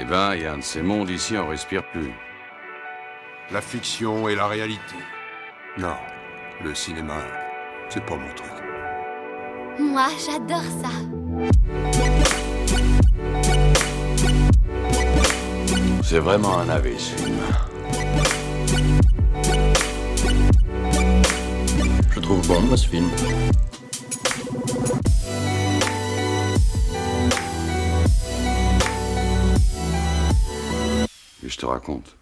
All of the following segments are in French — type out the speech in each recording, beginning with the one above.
Eh ben, il y a un de ces mondes ici, on respire plus. La fiction et la réalité. Non, le cinéma, c'est pas mon truc. Moi, j'adore ça. C'est vraiment un navet, ce film. Je trouve bon, moi, ce film. Et je te raconte.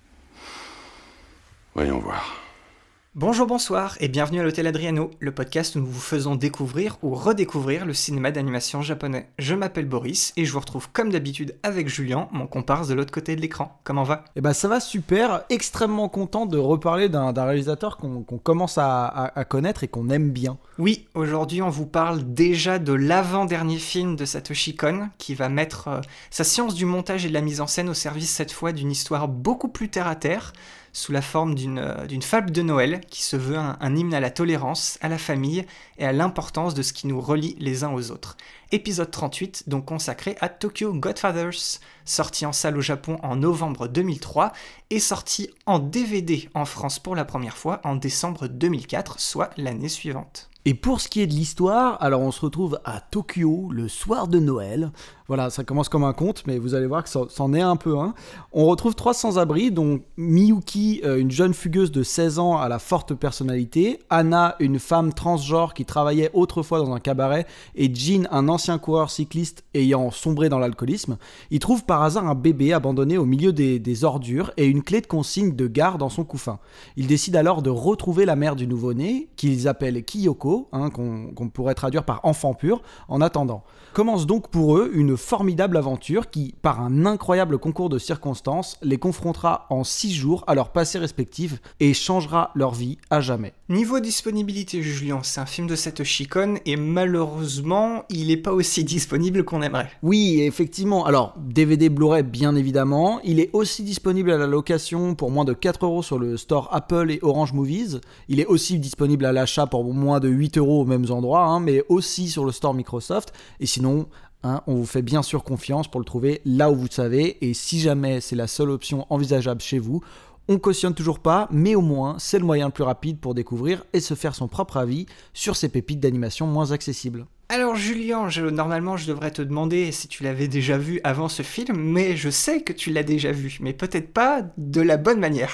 Voyons voir. Bonjour, bonsoir et bienvenue à l'Hôtel Adriano, le podcast où nous vous faisons découvrir ou redécouvrir le cinéma d'animation japonais. Je m'appelle Boris et je vous retrouve comme d'habitude avec Julien, mon comparse de l'autre côté de l'écran. Comment va ? Eh ben ça va super, extrêmement content de reparler d'un réalisateur qu'on commence à connaître et qu'on aime bien. Oui, aujourd'hui on vous parle déjà de l'avant-dernier film de Satoshi Kon qui va mettre sa science du montage et de la mise en scène au service cette fois d'une histoire beaucoup plus terre-à-terre, sous la forme d'une fable de Noël qui se veut un hymne à la tolérance, à la famille et à l'importance de ce qui nous relie les uns aux autres. Épisode 38, donc consacré à Tokyo Godfathers, sorti en salle au Japon en novembre 2003 et sorti en DVD en France pour la première fois en décembre 2004, soit l'année suivante. Et pour ce qui est de l'histoire, alors on se retrouve à Tokyo le soir de Noël. Voilà, ça commence comme un conte, mais vous allez voir que c'en est un peu un. On retrouve trois sans-abri, dont Miyuki, une jeune fugueuse de 16 ans à la forte personnalité, Anna, une femme transgenre qui travaillait autrefois dans un cabaret, et Jin, un ancien coureur cycliste ayant sombré dans l'alcoolisme. Ils trouvent par hasard un bébé abandonné au milieu des ordures et une clé de consigne de gare dans son couffin. Ils décident alors de retrouver la mère du nouveau-né, qu'ils appellent Kyoko, qu'on pourrait traduire par enfant pur, en attendant. Commence donc pour eux une formidable aventure qui, par un incroyable concours de circonstances, les confrontera en 6 jours à leur passé respectif et changera leur vie à jamais. Niveau disponibilité, Julien, c'est un film de Satoshi Kon et malheureusement, il n'est pas aussi disponible qu'on aimerait. Oui, effectivement. Alors, DVD Blu-ray, bien évidemment. Il est aussi disponible à la location pour moins de 4€ sur le store Apple et Orange Movies. Il est aussi disponible à l'achat pour moins de 8€ aux mêmes endroits, mais aussi sur le store Microsoft. Et sinon, on vous fait bien sûr confiance pour le trouver là où vous le savez. Et si jamais c'est la seule option envisageable chez vous, on cautionne toujours pas, mais au moins c'est le moyen le plus rapide pour découvrir et se faire son propre avis sur ces pépites d'animation moins accessibles. Alors Julien, normalement je devrais te demander si tu l'avais déjà vu avant ce film, mais je sais que tu l'as déjà vu, mais peut-être pas de la bonne manière.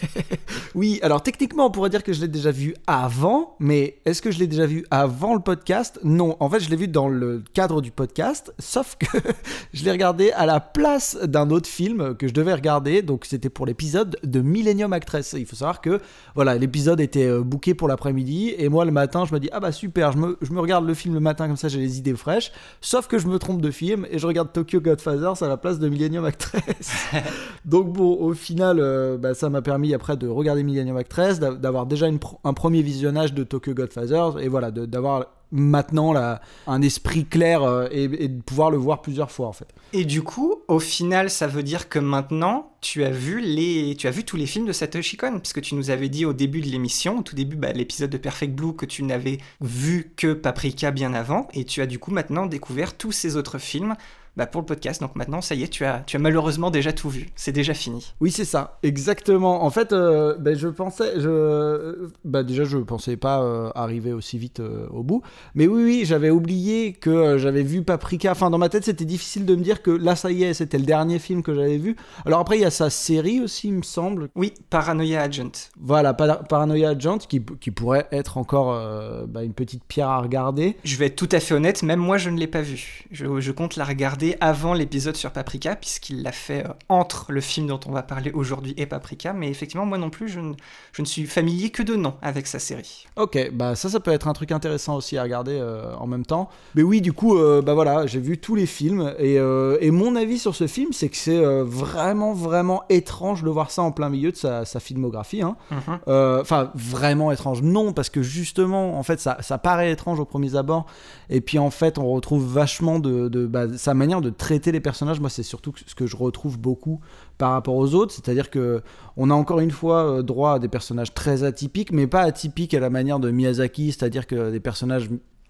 Oui, alors techniquement on pourrait dire que je l'ai déjà vu avant, mais est-ce que je l'ai déjà vu avant le podcast ? Non, en fait je l'ai vu dans le cadre du podcast, sauf que je l'ai regardé à la place d'un autre film que je devais regarder, donc c'était pour l'épisode de Millennium Actress. Il faut savoir que voilà, l'épisode était booké pour l'après-midi, et moi le matin je me dis ah bah super, je me regarde le film le matin, comme ça j'ai les idées fraîches, sauf que je me trompe de film et je regarde Tokyo Godfathers à la place de Millennium Actress. Donc bon, au final ça m'a permis après de regarder Millennium Actress, d'avoir déjà un premier visionnage de Tokyo Godfathers et voilà, d'avoir maintenant un esprit clair et de pouvoir le voir plusieurs fois en fait. Et du coup, au final, ça veut dire que maintenant, tu as vu tous les films de Satoshi Kon, puisque tu nous avais dit au début de l'émission, au tout début, l'épisode de Perfect Blue, que tu n'avais vu que Paprika bien avant, et tu as du coup maintenant découvert tous ces autres films pour le podcast. Donc maintenant, ça y est, tu as malheureusement déjà tout vu. C'est déjà fini. Oui, c'est ça, exactement. En fait, je pensais pas arriver aussi vite au bout. Mais oui, j'avais oublié que j'avais vu Paprika. Enfin, dans ma tête, c'était difficile de me dire que là, ça y est, c'était le dernier film que j'avais vu. Alors après, il y a sa série aussi, il me semble. Oui, Paranoia Agent. Voilà, Paranoia Agent, qui pourrait être encore une petite pierre à regarder. Je vais être tout à fait honnête, même moi, je ne l'ai pas vu. Je compte la regarder avant l'épisode sur Paprika, puisqu'il l'a fait entre le film dont on va parler aujourd'hui et Paprika, mais effectivement, moi non plus, je ne suis familier que de nom avec sa série. Ok, ça peut être un truc intéressant aussi à regarder en même temps. Mais oui, du coup, voilà, j'ai vu tous les films, et mon avis sur ce film, c'est que c'est vraiment, vraiment étrange de voir ça en plein milieu de sa filmographie. Enfin, vraiment étrange, non, parce que justement, en fait, ça paraît étrange au premier abord, et puis en fait, on retrouve vachement de sa manière de traiter les personnages. Moi, c'est surtout ce que je retrouve beaucoup par rapport aux autres, c'est-à-dire que on a encore une fois droit à des personnages très atypiques, mais pas atypiques à la manière de Miyazaki, c'est-à-dire que des personnages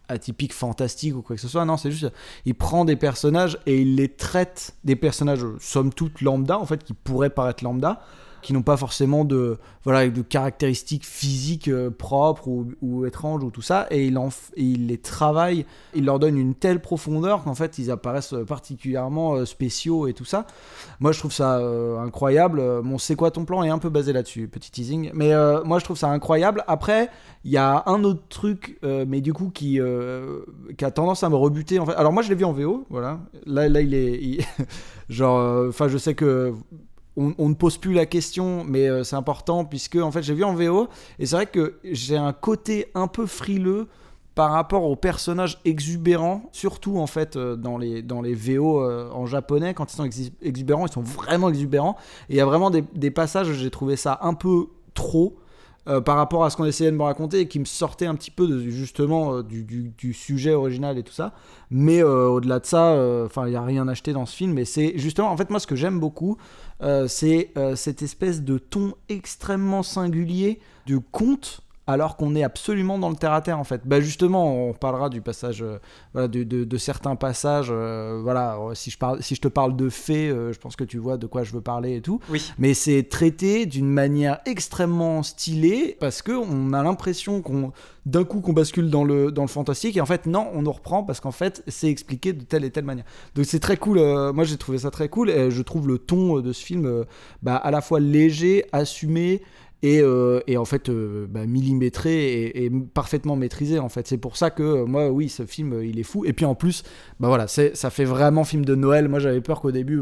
atypique, fantastique ou quoi que ce soit. Non, c'est juste, il prend des personnages et il les traite, des personnages somme toute lambda, en fait, qui pourraient paraître lambda, qui n'ont pas forcément de caractéristiques physiques propres ou étranges ou tout ça, et il les travaille, il leur donne une telle profondeur qu'en fait ils apparaissent particulièrement spéciaux et tout ça. Moi je trouve ça incroyable. Bon, c'est quoi ton plan est un peu basé là-dessus, petit teasing, mais moi je trouve ça incroyable. Après il y a un autre truc mais du coup qui a tendance à me rebuter en fait. Alors moi je l'ai vu en VO, voilà, là il genre enfin je sais que on ne pose plus la question, mais c'est important puisque en fait j'ai vu en VO et c'est vrai que j'ai un côté un peu frileux par rapport aux personnages exubérants, surtout en fait dans les VO en japonais. Quand ils sont exubérants, ils sont vraiment exubérants, et il y a vraiment des passages où j'ai trouvé ça un peu trop par rapport à ce qu'on essayait de me raconter et qui me sortait un petit peu justement du sujet original et tout ça. Mais au-delà de ça, il n'y a rien acheté dans ce film. Et c'est justement, en fait, moi, ce que j'aime beaucoup, c'est cette espèce de ton extrêmement singulier de conte, alors qu'on est absolument dans le terre-à-terre, en fait. Bah justement, on parlera du passage, de certains passages. Si je te parle de fées, je pense que tu vois de quoi je veux parler et tout. Oui. Mais c'est traité d'une manière extrêmement stylée, parce qu'on a l'impression d'un coup qu'on bascule dans le fantastique, et en fait, non, on nous reprend, parce qu'en fait, c'est expliqué de telle et telle manière. Donc c'est très cool. Moi, j'ai trouvé ça très cool, et je trouve le ton de ce film à la fois léger, assumé, et en fait millimétré et parfaitement maîtrisé en fait. C'est pour ça que moi oui, ce film il est fou, et puis en plus ça fait vraiment film de Noël. Moi j'avais peur qu'au début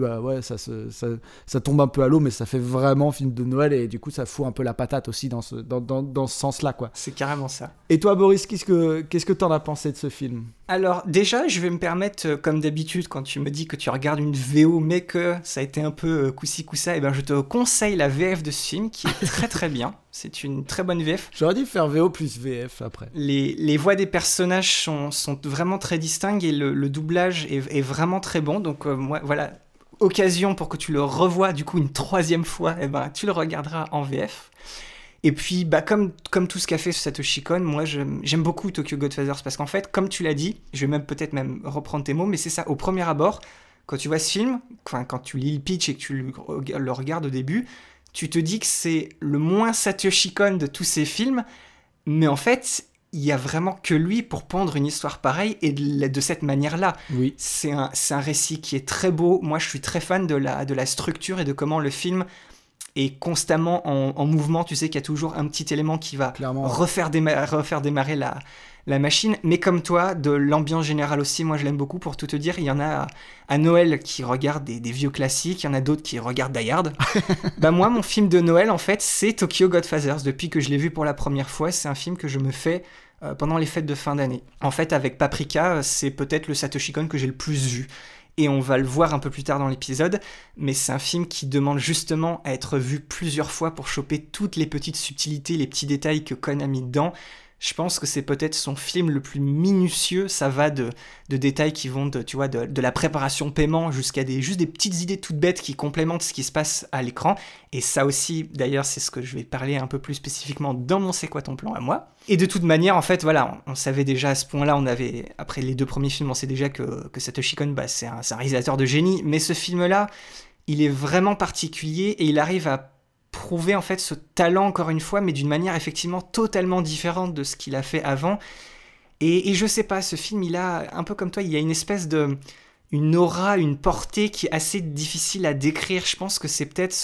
ça tombe un peu à l'eau, mais ça fait vraiment film de Noël, et du coup ça fout un peu la patate aussi dans ce sens là quoi. C'est carrément ça. Et toi Boris, qu'est-ce que t'en as pensé de ce film? Alors déjà, je vais me permettre, comme d'habitude, quand tu me dis que tu regardes une VO mais que ça a été un peu coup-ci coup-ça, je te conseille la VF de ce film qui est très très bien. C'est une très bonne VF. J'aurais dû faire VO plus VF après. Les voix des personnages sont vraiment très distinctes, et le doublage est vraiment très bon. Donc moi, voilà, occasion pour que tu le revoies du coup une troisième fois, tu le regarderas en VF. Et puis, comme tout ce qu'a fait Satoshi Kon, moi, j'aime beaucoup Tokyo Godfathers, parce qu'en fait, comme tu l'as dit, je vais peut-être même reprendre tes mots, mais c'est ça, au premier abord, quand tu vois ce film, quand tu lis le pitch et que tu le regardes au début, tu te dis que c'est le moins Satoshi Kon de tous ces films, mais en fait, il y a vraiment que lui pour pondre une histoire pareille, et de cette manière-là. Oui. C'est un récit qui est très beau. Moi, je suis très fan de la structure et de comment le film est constamment en mouvement. Tu sais qu'il y a toujours un petit élément qui va refaire démarrer la machine. Mais comme toi, de l'ambiance générale aussi, moi je l'aime beaucoup. Pour tout te dire, il y en a à Noël qui regardent des vieux classiques, il y en a d'autres qui regardent Die Hard. Moi, mon film de Noël, en fait, c'est Tokyo Godfathers. Depuis que je l'ai vu pour la première fois, c'est un film que je me fais pendant les fêtes de fin d'année. En fait, avec Paprika, c'est peut-être le Satoshi Kon que j'ai le plus vu. Et on va le voir un peu plus tard dans l'épisode, mais c'est un film qui demande justement à être vu plusieurs fois pour choper toutes les petites subtilités, les petits détails que Kon a mis dedans. Je pense que c'est peut-être son film le plus minutieux. Ça va de détails qui vont de la préparation paiement jusqu'à juste des petites idées toutes bêtes qui complémentent ce qui se passe à l'écran. Et ça aussi, d'ailleurs, c'est ce que je vais parler un peu plus spécifiquement dans mon C'est quoi ton plan à moi. Et de toute manière, en fait, voilà, on savait déjà à ce point-là, après les 2 premiers films, on sait déjà que Satoshi Kon, c'est un réalisateur de génie. Mais ce film-là, il est vraiment particulier, et il arrive à prouver en fait ce talent encore une fois, mais d'une manière effectivement totalement différente de ce qu'il a fait avant. Et je sais pas, ce film, il a, un peu comme toi, il y a une espèce une aura, une portée qui est assez difficile à décrire. Je pense que c'est peut-être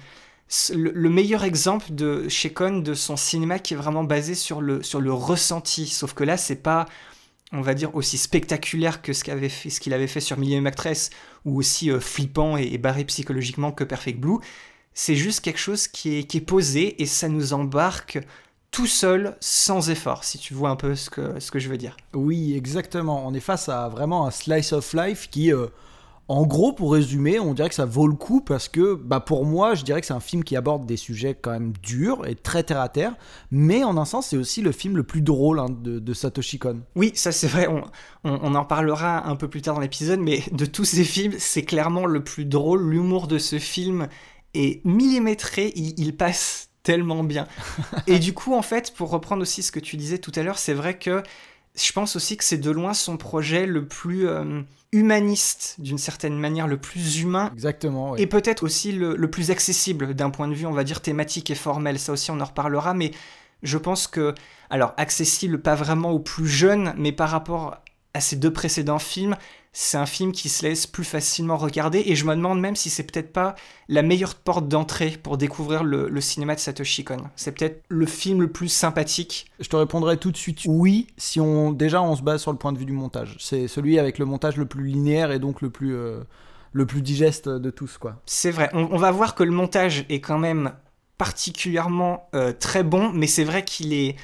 le meilleur exemple chez Kon de son cinéma qui est vraiment basé sur le ressenti. Sauf que là, c'est pas, on va dire, aussi spectaculaire que ce qu'il avait fait sur Millennium Actress, ou aussi flippant et barré psychologiquement que Perfect Blue. C'est juste quelque chose qui est posé, et ça nous embarque tout seul, sans effort, si tu vois un peu ce que je veux dire. Oui, exactement. On est face à vraiment un slice of life qui, en gros, pour résumer, on dirait que ça vaut le coup, parce que, pour moi, je dirais que c'est un film qui aborde des sujets quand même durs et très terre-à-terre, mais en un sens, c'est aussi le film le plus drôle de Satoshi Kon. Oui, ça c'est vrai, on en parlera un peu plus tard dans l'épisode, mais de tous ces films, c'est clairement le plus drôle. L'humour de ce film est millimétré, il passe tellement bien. Et du coup, en fait, pour reprendre aussi ce que tu disais tout à l'heure, c'est vrai que Je pense aussi que c'est de loin son projet le plus humaniste, d'une certaine manière, le plus humain. Exactement, oui. Et peut-être aussi le plus accessible d'un point de vue, on va dire, thématique et formel. Ça aussi, on en reparlera, mais je pense que, alors, accessible pas vraiment aux plus jeunes, mais par rapport à ces 2 précédents films, c'est un film qui se laisse plus facilement regarder, et je me demande même si c'est peut-être pas la meilleure porte d'entrée pour découvrir le cinéma de Satoshi Kon. C'est peut-être le film le plus sympathique. Je te répondrai tout de suite oui, si on se base sur le point de vue du montage. C'est celui avec le montage le plus linéaire et donc le plus digeste de tous, quoi. C'est vrai, on va voir que le montage est quand même particulièrement très bon, mais c'est vrai qu'il est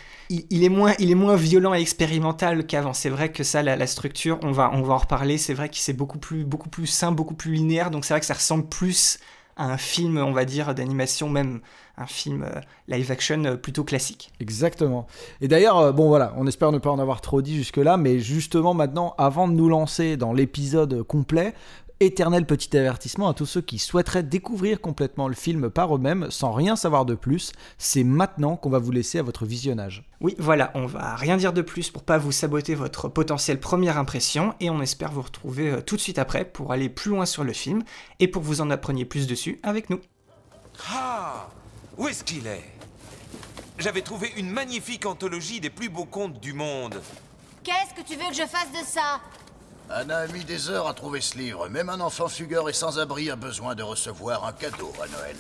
moins violent et expérimental qu'avant. C'est vrai que ça, la structure, on va en reparler, c'est vrai que c'est beaucoup plus simple, beaucoup plus linéaire, donc c'est vrai que ça ressemble plus à un film, on va dire, d'animation, même un film live action plutôt classique. Exactement. Et d'ailleurs, bon voilà, on espère ne pas en avoir trop dit jusque-là, mais justement maintenant, avant de nous lancer dans l'épisode complet, éternel petit avertissement à tous ceux qui souhaiteraient découvrir complètement le film par eux-mêmes sans rien savoir de plus, c'est maintenant qu'on va vous laisser à votre visionnage. Oui, voilà, on va rien dire de plus pour pas vous saboter votre potentielle première impression, et on espère vous retrouver tout de suite après pour aller plus loin sur le film et pour que vous en appreniez plus dessus avec nous. Ah, où est-ce qu'il est ? J'avais trouvé une magnifique anthologie des plus beaux contes du monde. Qu'est-ce que tu veux que je fasse de ça? Anna a mis des heures à trouver ce livre. Même un enfant fugueur et sans-abri a besoin de recevoir un cadeau à Noël.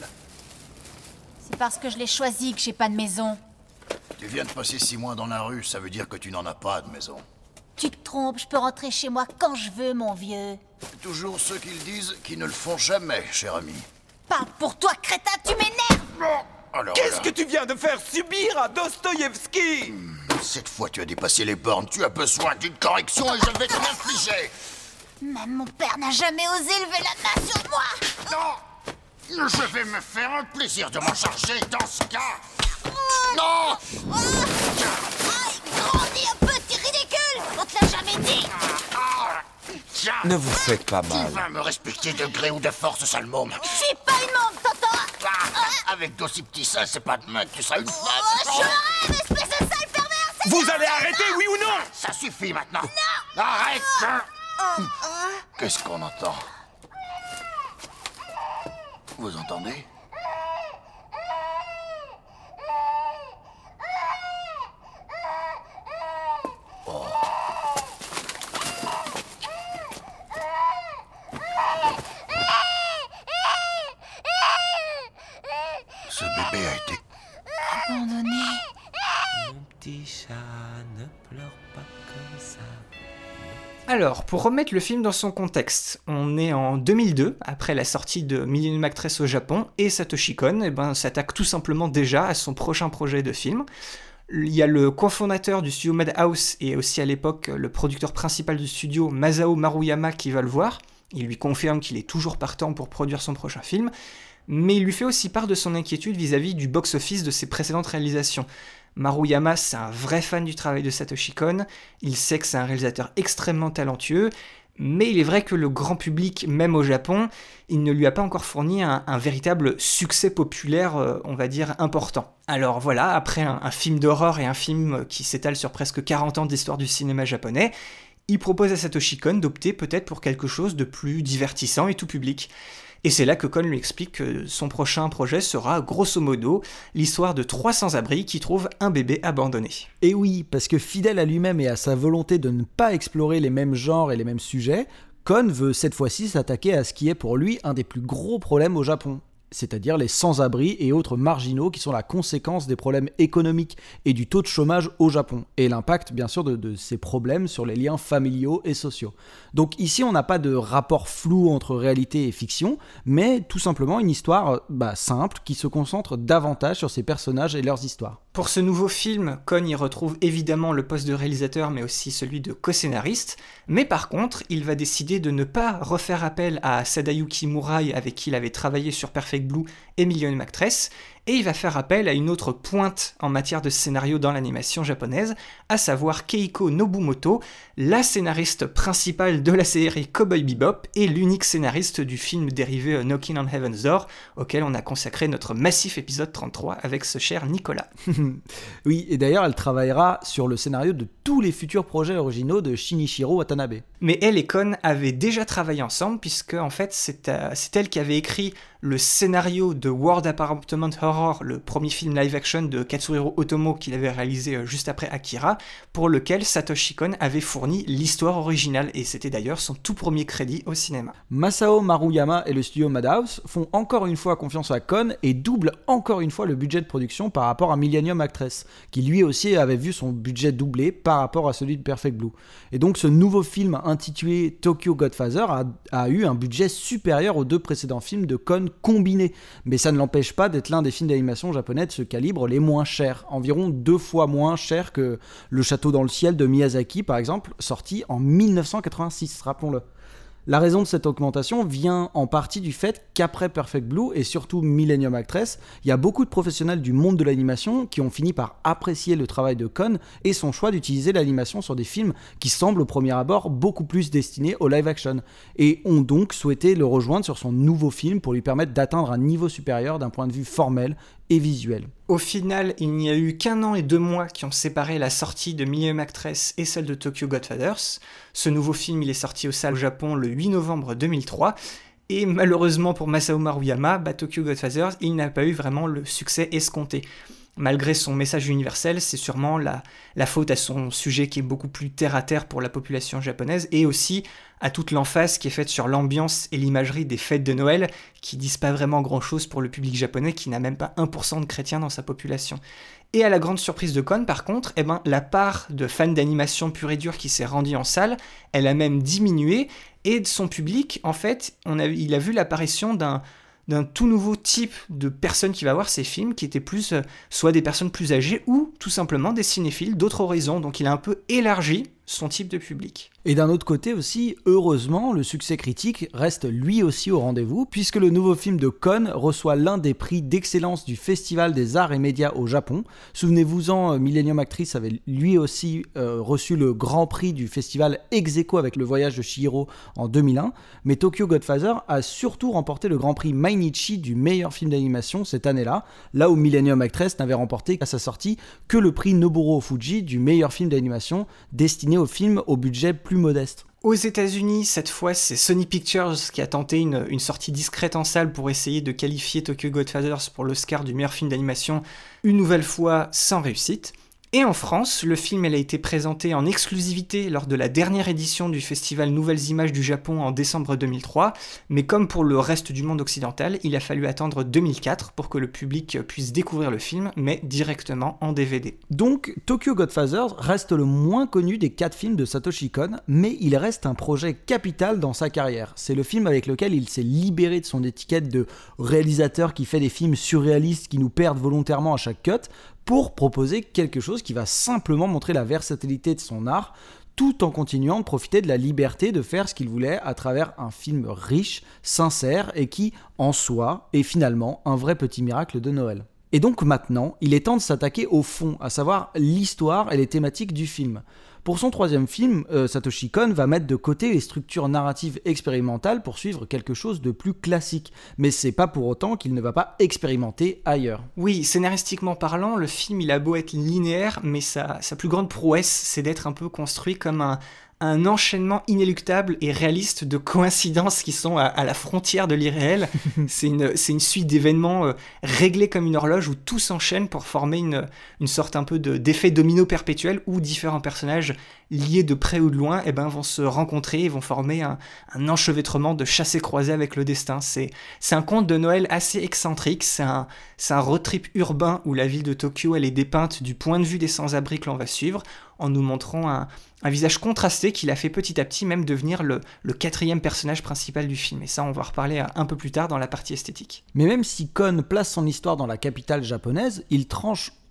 C'est parce que je l'ai choisi que j'ai pas de maison. Tu viens de passer 6 mois dans la rue, ça veut dire que tu n'en as pas de maison. Tu te trompes, je peux rentrer chez moi quand je veux, mon vieux. Toujours ceux qui le disent qui ne le font jamais, cher ami. Parle pour toi, crétin, tu m'énerves! Alors Qu'est-ce là, que tu viens de faire subir à Dostoïevski ? cette fois tu as dépassé les bornes, tu as besoin d'une correction et je vais te l'infliger. Même mon père n'a jamais osé lever la main sur moi! Non, je vais me faire un plaisir de m'en charger dans ce cas. Non. Aïe, grandis un peu, t'es ridicule! On te l'a jamais dit! Tiens, Ne vous faites pas tu mal. vas me respecter de gré ou de force, sale môme. Je suis pas une môme, t'entends? Avec d'aussi petits seins, c'est pas demain que tu seras une femme. Je rêve, espèce de sale pervers! Vous allez arrêter, oui ou non ? Ça suffit maintenant. Non. Arrête. Qu'est-ce qu'on entend? Vous entendez? Oh. Ce bébé a été Abandonné. Mon petit chat, ne pleure pas comme ça. Alors, pour remettre le film dans son contexte, on est en 2002, après la sortie de Millennium Actress au Japon, et Satoshi Kon s'attaque tout simplement déjà à son prochain projet de film. Il y a le cofondateur du studio Madhouse et aussi à l'époque le producteur principal du studio, Masao Maruyama, qui va le voir. Il lui confirme qu'il est toujours partant pour produire son prochain film, mais il lui fait aussi part de son inquiétude vis-à-vis du box-office de ses précédentes réalisations. Maruyama, c'est un vrai fan du travail de Satoshi Kon, il sait que c'est un réalisateur extrêmement talentueux, mais il est vrai que le grand public, même au Japon, il ne lui a pas encore fourni un véritable succès populaire, on va dire, important. Alors voilà, après un film d'horreur et un film qui s'étale sur presque 40 ans d'histoire du cinéma japonais, il propose à Satoshi Kon d'opter peut-être pour quelque chose de plus divertissant et tout public. Et c'est là que Kon lui explique que son prochain projet sera, grosso modo, l'histoire de 3 sans-abri qui trouvent un bébé abandonné. Et oui, parce que fidèle à lui-même et à sa volonté de ne pas explorer les mêmes genres et les mêmes sujets, Kon veut cette fois-ci s'attaquer à ce qui est pour lui un des plus gros problèmes au Japon, c'est-à-dire les sans-abri et autres marginaux qui sont la conséquence des problèmes économiques et du taux de chômage au Japon, et l'impact bien sûr de ces problèmes sur les liens familiaux et sociaux. Donc ici on n'a pas de rapport flou entre réalité et fiction, mais tout simplement une histoire simple qui se concentre davantage sur ces personnages et leurs histoires. Pour ce nouveau film, Kon y retrouve évidemment le poste de réalisateur mais aussi celui de co-scénariste, mais par contre il va décider de ne pas refaire appel à Sadayuki Murai avec qui il avait travaillé sur Perfect Blue et Millennium Actress, et il va faire appel à une autre pointe en matière de scénario dans l'animation japonaise, à savoir Keiko Nobumoto, la scénariste principale de la série Cowboy Bebop et l'unique scénariste du film dérivé Knocking on Heaven's Door, auquel on a consacré notre massif épisode 33 avec ce cher Nicolas. Oui, et d'ailleurs elle travaillera sur le scénario de tous les futurs projets originaux de Shinichiro Watanabe. Mais elle et Kon avaient déjà travaillé ensemble, puisque en fait c'est elle qui avait écrit le scénario de World Apartment Horror, le premier film live-action de Katsuhiro Otomo qu'il avait réalisé juste après Akira, pour lequel Satoshi Kon avait fourni l'histoire originale, et c'était d'ailleurs son tout premier crédit au cinéma. Masao Maruyama et le studio Madhouse font encore une fois confiance à Kon et doublent encore une fois le budget de production par rapport à Millennium Actress, qui lui aussi avait vu son budget doublé par rapport à celui de Perfect Blue. Et donc ce nouveau film intitulé Tokyo Godfather a eu un budget supérieur aux 2 précédents films de Kon combinés, mais ça ne l'empêche pas d'être l'un des films d'animation japonais de ce calibre les moins chers, environ 2 fois moins cher que Le Château dans le ciel de Miyazaki par exemple, sorti en 1986, rappelons-le. La raison de cette augmentation vient en partie du fait qu'après Perfect Blue et surtout Millennium Actress, il y a beaucoup de professionnels du monde de l'animation qui ont fini par apprécier le travail de Kon et son choix d'utiliser l'animation sur des films qui semblent au premier abord beaucoup plus destinés au live action, et ont donc souhaité le rejoindre sur son nouveau film pour lui permettre d'atteindre un niveau supérieur d'un point de vue formel et visuel. Au final, il n'y a eu qu'1 an et 2 mois qui ont séparé la sortie de Millennium Actress et celle de Tokyo Godfathers. Ce nouveau film, il est sorti aux salles au Japon le 8 novembre 2003, et malheureusement pour Masao Maruyama, Tokyo Godfathers, il n'a pas eu vraiment le succès escompté. Malgré son message universel, c'est sûrement la faute à son sujet qui est beaucoup plus terre-à-terre pour la population japonaise, et aussi à toute l'emphase qui est faite sur l'ambiance et l'imagerie des fêtes de Noël, qui disent pas vraiment grand-chose pour le public japonais, qui n'a même pas 1% de chrétiens dans sa population. Et à la grande surprise de Kon, par contre, la part de fans d'animation pure et dure qui s'est rendue en salle, elle a même diminué, et de son public, en fait, il a vu l'apparition d'un tout nouveau type de personnes qui va voir ces films, qui étaient plus soit des personnes plus âgées ou tout simplement des cinéphiles d'autres horizons. Donc il a un peu élargi son type de public. Et d'un autre côté aussi, heureusement, le succès critique reste lui aussi au rendez-vous, puisque le nouveau film de Kon reçoit l'un des prix d'excellence du Festival des Arts et Médias au Japon. Souvenez-vous-en, Millennium Actress avait lui aussi reçu le grand prix du festival ex aequo avec Le Voyage de Chihiro en 2001, mais Tokyo Godfather a surtout remporté le grand prix Mainichi du meilleur film d'animation cette année-là, là où Millennium Actress n'avait remporté à sa sortie que le prix Noboru Fuji du meilleur film d'animation destiné au film au budget plus modeste. Aux États-Unis, cette fois, c'est Sony Pictures qui a tenté une sortie discrète en salle pour essayer de qualifier Tokyo Godfathers pour l'Oscar du meilleur film d'animation, une nouvelle fois sans réussite. Et en France, le film a été présenté en exclusivité lors de la dernière édition du festival Nouvelles Images du Japon en décembre 2003, mais comme pour le reste du monde occidental, il a fallu attendre 2004 pour que le public puisse découvrir le film, mais directement en DVD. Donc, Tokyo Godfathers reste le moins connu des 4 films de Satoshi Kon, mais il reste un projet capital dans sa carrière. C'est le film avec lequel il s'est libéré de son étiquette de réalisateur qui fait des films surréalistes qui nous perdent volontairement à chaque cut, pour proposer quelque chose qui va simplement montrer la versatilité de son art, tout en continuant de profiter de la liberté de faire ce qu'il voulait à travers un film riche, sincère et qui, en soi, est finalement un vrai petit miracle de Noël. Et donc maintenant, il est temps de s'attaquer au fond, à savoir l'histoire et les thématiques du film. Pour son 3e film, Satoshi Kon va mettre de côté les structures narratives expérimentales pour suivre quelque chose de plus classique, mais c'est pas pour autant qu'il ne va pas expérimenter ailleurs. Oui, scénaristiquement parlant, le film il a beau être linéaire, mais sa plus grande prouesse, c'est d'être un peu construit comme un enchaînement inéluctable et réaliste de coïncidences qui sont à la frontière de l'irréel. C'est une suite d'événements réglés comme une horloge où tout s'enchaîne pour former une sorte un peu d'effet domino perpétuel où différents personnages liés de près ou de loin vont se rencontrer et vont former un enchevêtrement de chassés-croisés avec le destin. C'est un conte de Noël assez excentrique, c'est un road trip urbain où la ville de Tokyo elle est dépeinte du point de vue des sans-abri que l'on va suivre, en nous montrant un visage contrasté qui l'a fait petit à petit même devenir le 4e personnage principal du film. Et ça, on va en reparler un peu plus tard dans la partie esthétique. Mais même si Kon place son histoire dans la capitale japonaise, il tranche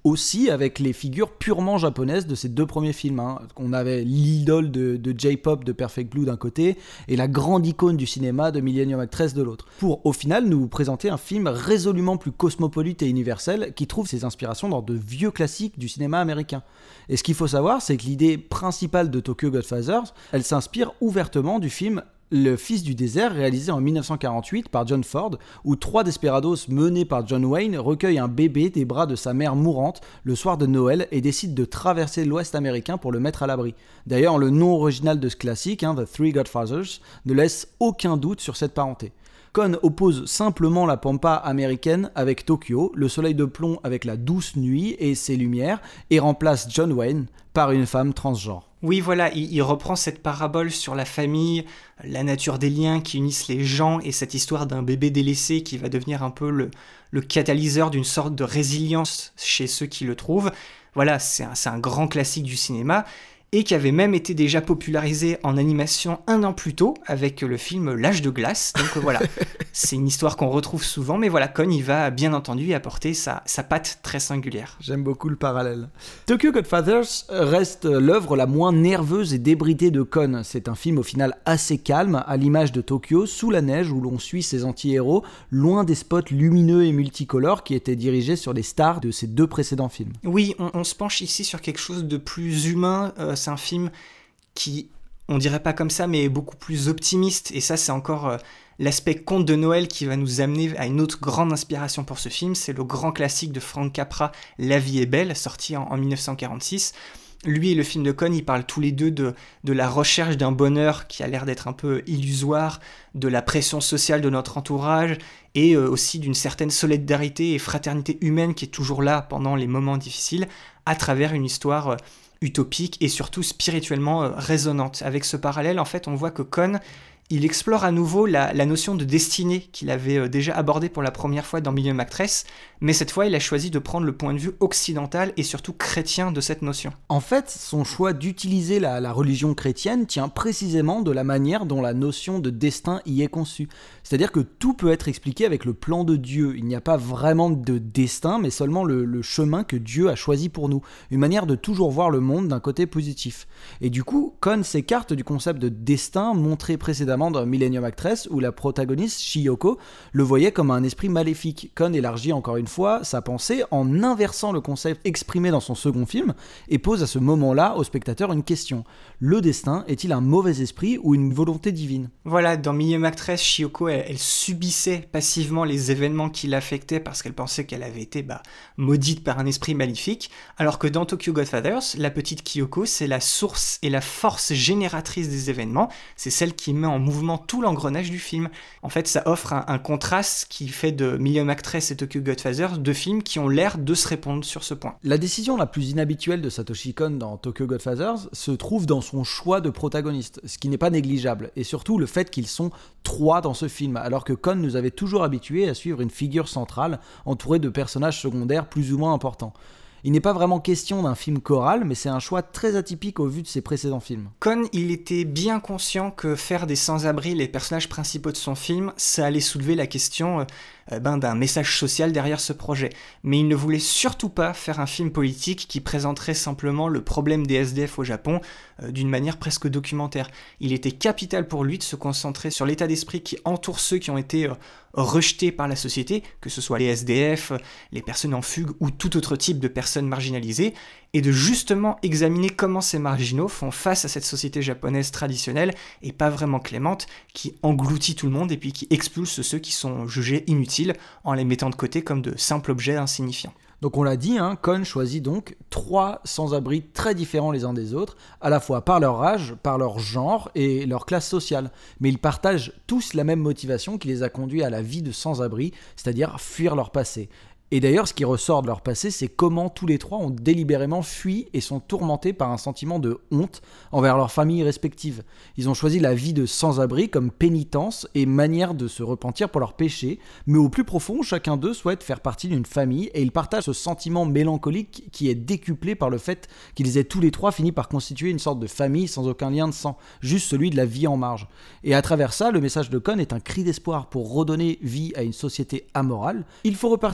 aussi avec les figures purement japonaises de ces 2 premiers films. On avait l'idole de J-pop de Perfect Blue d'un côté et la grande icône du cinéma de Millennium Actress de l'autre. Pour au final nous présenter un film résolument plus cosmopolite et universel qui trouve ses inspirations dans de vieux classiques du cinéma américain. Et ce qu'il faut savoir, c'est que l'idée principale de Tokyo Godfathers, elle s'inspire ouvertement du film Le Fils du désert, réalisé en 1948 par John Ford, où 3 desperados menés par John Wayne recueillent un bébé des bras de sa mère mourante le soir de Noël et décident de traverser l'Ouest américain pour le mettre à l'abri. D'ailleurs, le nom original de ce classique, The Three Godfathers, ne laisse aucun doute sur cette parenté. Kon oppose simplement la pampa américaine avec Tokyo, le soleil de plomb avec la douce nuit et ses lumières, et remplace John Wayne par une femme transgenre. Oui, voilà, il reprend cette parabole sur la famille, la nature des liens qui unissent les gens et cette histoire d'un bébé délaissé qui va devenir un peu le catalyseur d'une sorte de résilience chez ceux qui le trouvent. Voilà, c'est un grand classique du cinéma et qui avait même été déjà popularisé en animation 1 an plus tôt avec le film L'Âge de glace. Donc voilà, c'est une histoire qu'on retrouve souvent, mais voilà, Kon il va bien entendu y apporter sa patte très singulière. J'aime beaucoup le parallèle. Tokyo Godfathers reste l'œuvre la moins nerveuse et débridée de Kon. C'est un film au final assez calme, à l'image de Tokyo, sous la neige, où l'on suit ses anti-héros, loin des spots lumineux et multicolores qui étaient dirigés sur les stars de ces 2 précédents films. Oui, on se penche ici sur quelque chose de plus humain. C'est un film qui, on dirait pas comme ça, mais est beaucoup plus optimiste. Et ça, c'est encore l'aspect conte de Noël qui va nous amener à une autre grande inspiration pour ce film. C'est le grand classique de Frank Capra, La vie est belle, sorti en 1946. Lui et le film de Kon, ils parlent tous les deux de la recherche d'un bonheur qui a l'air d'être un peu illusoire, de la pression sociale de notre entourage, et aussi d'une certaine solidarité et fraternité humaine qui est toujours là pendant les moments difficiles, à travers une histoire utopique et surtout spirituellement résonante. Avec ce parallèle, en fait, on voit que Kon, il explore à nouveau la notion de destinée qu'il avait déjà abordée pour la première fois dans Millennium Actress, mais cette fois il a choisi de prendre le point de vue occidental et surtout chrétien de cette notion. En fait, son choix d'utiliser la religion chrétienne tient précisément de la manière dont la notion de destin y est conçue. C'est-à-dire que tout peut être expliqué avec le plan de Dieu. Il n'y a pas vraiment de destin, mais seulement le chemin que Dieu a choisi pour nous. Une manière de toujours voir le monde d'un côté positif. Et du coup, Kon s'écarte du concept de destin montré précédemment dans Millennium Actress, où la protagoniste, Chiyoko, le voyait comme un esprit maléfique. Kon élargit encore une fois sa pensée en inversant le concept exprimé dans son second film et pose à ce moment-là au spectateur une question. Le destin est-il un mauvais esprit ou une volonté divine ? Voilà, dans Millennium Actress, Chiyoko, elle subissait passivement les événements qui l'affectaient parce qu'elle pensait qu'elle avait été maudite par un esprit maléfique, alors que dans Tokyo Godfathers, la petite Kyoko, c'est la source et la force génératrice des événements, c'est celle qui met en mouvement tout l'engrenage du film. En fait, ça offre un contraste qui fait de Millennium Actress et Tokyo Godfathers 2 films qui ont l'air de se répondre sur ce point. La décision la plus inhabituelle de Satoshi Kon dans Tokyo Godfathers se trouve dans son choix de protagoniste, ce qui n'est pas négligeable, et surtout le fait qu'ils sont 3 dans ce film, alors que Kon nous avait toujours habitués à suivre une figure centrale entourée de personnages secondaires plus ou moins importants. Il n'est pas vraiment question d'un film choral, mais c'est un choix très atypique au vu de ses précédents films. Kon, il était bien conscient que faire des sans-abri les personnages principaux de son film, ça allait soulever la question d'un message social derrière ce projet. Mais il ne voulait surtout pas faire un film politique qui présenterait simplement le problème des SDF au Japon d'une manière presque documentaire. Il était capital pour lui de se concentrer sur l'état d'esprit qui entoure ceux qui ont été rejetés par la société, que ce soit les SDF, les personnes en fugue ou tout autre type de personnes marginalisées, et de justement examiner comment ces marginaux font face à cette société japonaise traditionnelle et pas vraiment clémente, qui engloutit tout le monde et puis qui expulse ceux qui sont jugés inutiles en les mettant de côté comme de simples objets insignifiants. Donc on l'a dit, Kon choisit donc 3 sans-abri très différents les uns des autres, à la fois par leur âge, par leur genre et leur classe sociale. Mais ils partagent tous la même motivation qui les a conduits à la vie de sans-abri, c'est-à-dire fuir leur passé. Et d'ailleurs, ce qui ressort de leur passé, c'est comment tous les 3 ont délibérément fui et sont tourmentés par un sentiment de honte envers leurs familles respectives. Ils ont choisi la vie de sans-abri comme pénitence et manière de se repentir pour leurs péchés, mais au plus profond, chacun d'eux souhaite faire partie d'une famille et ils partagent ce sentiment mélancolique qui est décuplé par le fait qu'ils aient tous les 3 fini par constituer une sorte de famille sans aucun lien de sang, juste celui de la vie en marge. Et à travers ça, le message de Kon est un cri d'espoir pour redonner vie à une société amorale. Il faut repartir de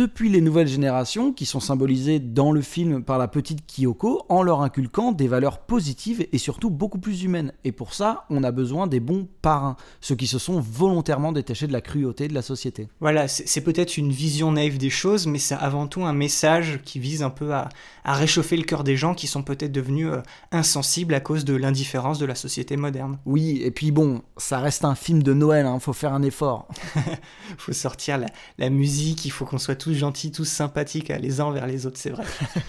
depuis les nouvelles générations, qui sont symbolisées dans le film par la petite Kyoko, en leur inculquant des valeurs positives et surtout beaucoup plus humaines. Et pour ça, on a besoin des bons parrains, ceux qui se sont volontairement détachés de la cruauté de la société. Voilà, c'est peut-être une vision naïve des choses, mais c'est avant tout un message qui vise un peu à réchauffer le cœur des gens qui sont peut-être devenus insensibles à cause de l'indifférence de la société moderne. Oui, et puis bon, ça reste un film de Noël, faut faire un effort. Faut sortir la musique, il faut qu'on soit tous gentils, tous sympathiques les uns envers les autres, c'est vrai.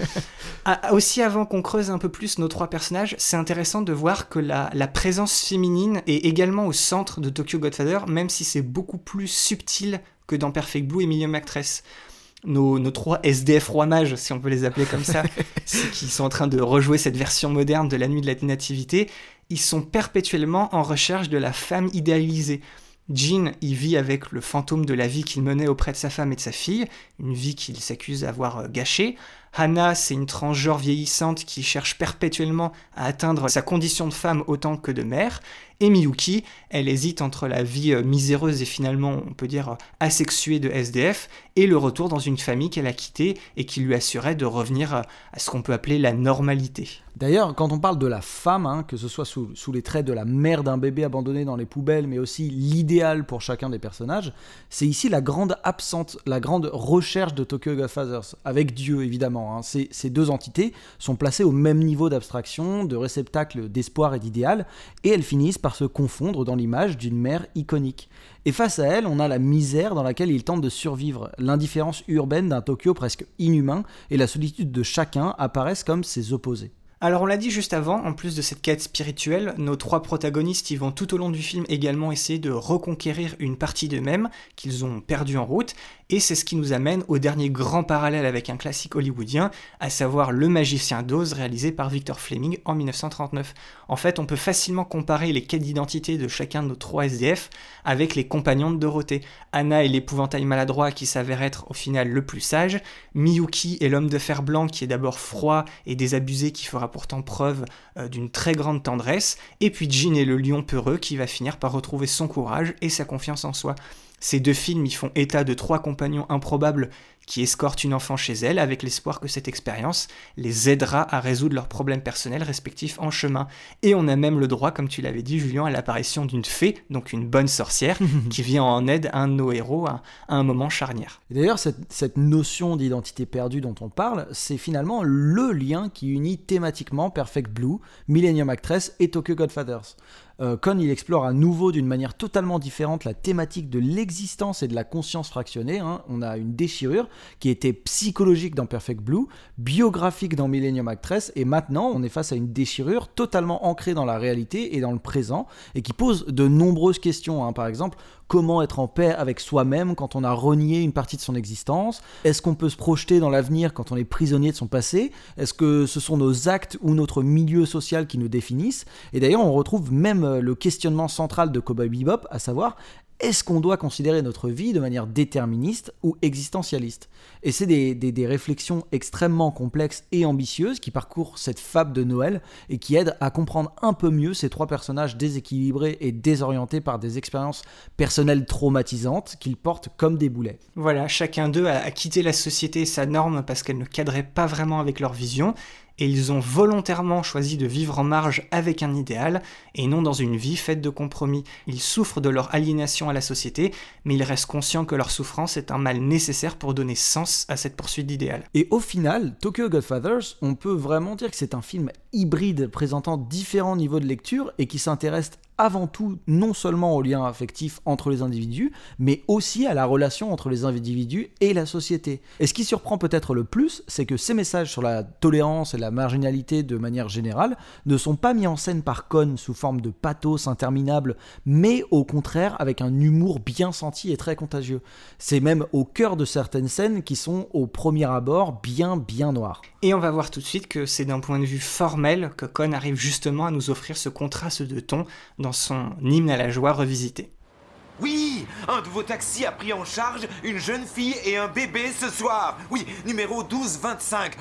Aussi, avant qu'on creuse un peu plus nos 3 personnages, c'est intéressant de voir que la présence féminine est également au centre de Tokyo Godfather, même si c'est beaucoup plus subtil que dans Perfect Blue et Million Actress. Nos 3 SDF rois mages, si on peut les appeler comme ça, qui sont en train de rejouer cette version moderne de La Nuit de la Nativité, ils sont perpétuellement en recherche de la femme idéalisée. Jin y vit avec le fantôme de la vie qu'il menait auprès de sa femme et de sa fille, une vie qu'il s'accuse d'avoir gâchée. Hana, c'est une transgenre vieillissante qui cherche perpétuellement à atteindre sa condition de femme autant que de mère. Et Miyuki, elle hésite entre la vie miséreuse et finalement, on peut dire, asexuée de SDF, et le retour dans une famille qu'elle a quittée et qui lui assurait de revenir à ce qu'on peut appeler la normalité. D'ailleurs, quand on parle de la femme, que ce soit sous les traits de la mère d'un bébé abandonné dans les poubelles, mais aussi l'idéal pour chacun des personnages, c'est ici la grande absente, la grande recherche de Tokyo Godfathers, avec Dieu évidemment. Ces 2 entités sont placées au même niveau d'abstraction, de réceptacle d'espoir et d'idéal, et elles finissent par se confondre dans l'image d'une mère iconique. Et face à elle, on a la misère dans laquelle ils tentent de survivre, l'indifférence urbaine d'un Tokyo presque inhumain, et la solitude de chacun apparaissent comme ses opposés. Alors on l'a dit juste avant, en plus de cette quête spirituelle, nos 3 protagonistes y vont tout au long du film également essayer de reconquérir une partie d'eux-mêmes qu'ils ont perdue en route, et c'est ce qui nous amène au dernier grand parallèle avec un classique hollywoodien, à savoir Le Magicien d'Oz réalisé par Victor Fleming en 1939. En fait, on peut facilement comparer les quêtes d'identité de chacun de nos 3 SDF avec les compagnons de Dorothée. Anna est l'épouvantail maladroit qui s'avère être au final le plus sage, Miyuki est l'homme de fer blanc qui est d'abord froid et désabusé qui fera pourtant preuve d'une très grande tendresse, et puis Jin est le lion peureux qui va finir par retrouver son courage et sa confiance en soi. Ces 2 films y font état de 3 compagnons improbables qui escortent une enfant chez elle avec l'espoir que cette expérience les aidera à résoudre leurs problèmes personnels respectifs en chemin. Et on a même le droit, comme tu l'avais dit Julien, à l'apparition d'une fée, donc une bonne sorcière, qui vient en aide à un de nos héros à un moment charnière. Et d'ailleurs, cette notion d'identité perdue dont on parle, c'est finalement le lien qui unit thématiquement Perfect Blue, Millennium Actress et Tokyo Godfathers. Kon, il explore à nouveau d'une manière totalement différente la thématique de l'existence et de la conscience fractionnée. On a une déchirure qui était psychologique dans Perfect Blue, biographique dans Millennium Actress, et maintenant on est face à une déchirure totalement ancrée dans la réalité et dans le présent, et qui pose de nombreuses questions. Par exemple, comment être en paix avec soi-même quand on a renié une partie de son existence? Est-ce qu'on peut se projeter dans l'avenir quand on est prisonnier de son passé? Est-ce que ce sont nos actes ou notre milieu social qui nous définissent? Et d'ailleurs, on retrouve même le questionnement central de Cowboy Bebop, à savoir, est-ce qu'on doit considérer notre vie de manière déterministe ou existentialiste? Et c'est des réflexions extrêmement complexes et ambitieuses qui parcourent cette fable de Noël et qui aident à comprendre un peu mieux ces 3 personnages déséquilibrés et désorientés par des expériences personnelles traumatisantes qu'ils portent comme des boulets. Voilà, chacun d'eux a quitté la société et sa norme parce qu'elle ne cadrait pas vraiment avec leur vision, et ils ont volontairement choisi de vivre en marge avec un idéal, et non dans une vie faite de compromis. Ils souffrent de leur aliénation à la société, mais ils restent conscients que leur souffrance est un mal nécessaire pour donner sens à cette poursuite d'idéal. Et au final, Tokyo Godfathers, on peut vraiment dire que c'est un film hybride présentant différents niveaux de lecture et qui s'intéresse avant tout non seulement aux liens affectifs entre les individus, mais aussi à la relation entre les individus et la société. Et ce qui surprend peut-être le plus, c'est que ces messages sur la tolérance et la marginalité de manière générale ne sont pas mis en scène par Kon sous forme de pathos interminable, mais au contraire avec un humour bien senti et très contagieux. C'est même au cœur de certaines scènes qui sont au premier abord bien noires. Et on va voir tout de suite que c'est d'un point de vue formel que Kon arrive justement à nous offrir ce contraste de ton dans son hymne à la joie revisité. Oui, un de vos taxis a pris en charge une jeune fille et un bébé ce soir. Oui, numéro 1225.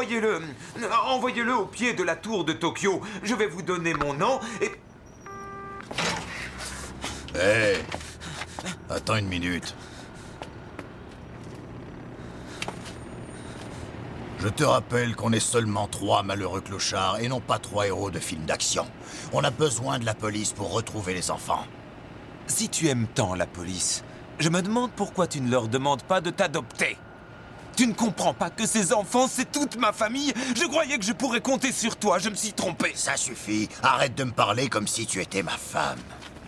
Envoyez-le au pied de la tour de Tokyo. Je vais vous donner mon nom et... Hé, attends une minute. Je te rappelle qu'on est seulement 3 malheureux clochards et non pas 3 héros de films d'action. On a besoin de la police pour retrouver les enfants. Si tu aimes tant la police, je me demande pourquoi tu ne leur demandes pas de t'adopter. Tu ne comprends pas que ces enfants, c'est toute ma famille? Je croyais que je pourrais compter sur toi, je me suis trompé. Ça suffit, arrête de me parler comme si tu étais ma femme.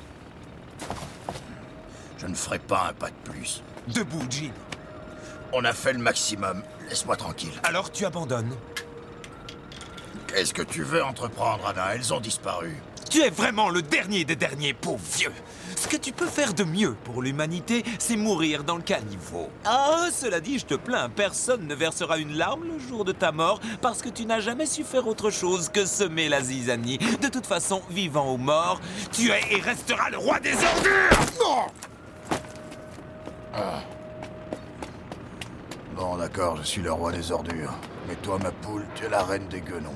Je ne ferai pas un pas de plus. Debout, Jim. On a fait le maximum, laisse-moi tranquille. Alors tu abandonnes? Qu'est-ce que tu veux entreprendre, Anna? Elles ont disparu. Tu es vraiment le dernier des derniers, pauvre vieux. Ce que tu peux faire de mieux pour l'humanité, c'est mourir dans le caniveau. Ah, cela dit, je te plains, personne ne versera une larme le jour de ta mort parce que tu n'as jamais su faire autre chose que semer la zizanie. De toute façon, vivant ou mort, tu es et resteras le roi des ordures. Non. Bon, d'accord, je suis le roi des ordures. Mais toi, ma poule, tu es la reine des guenons.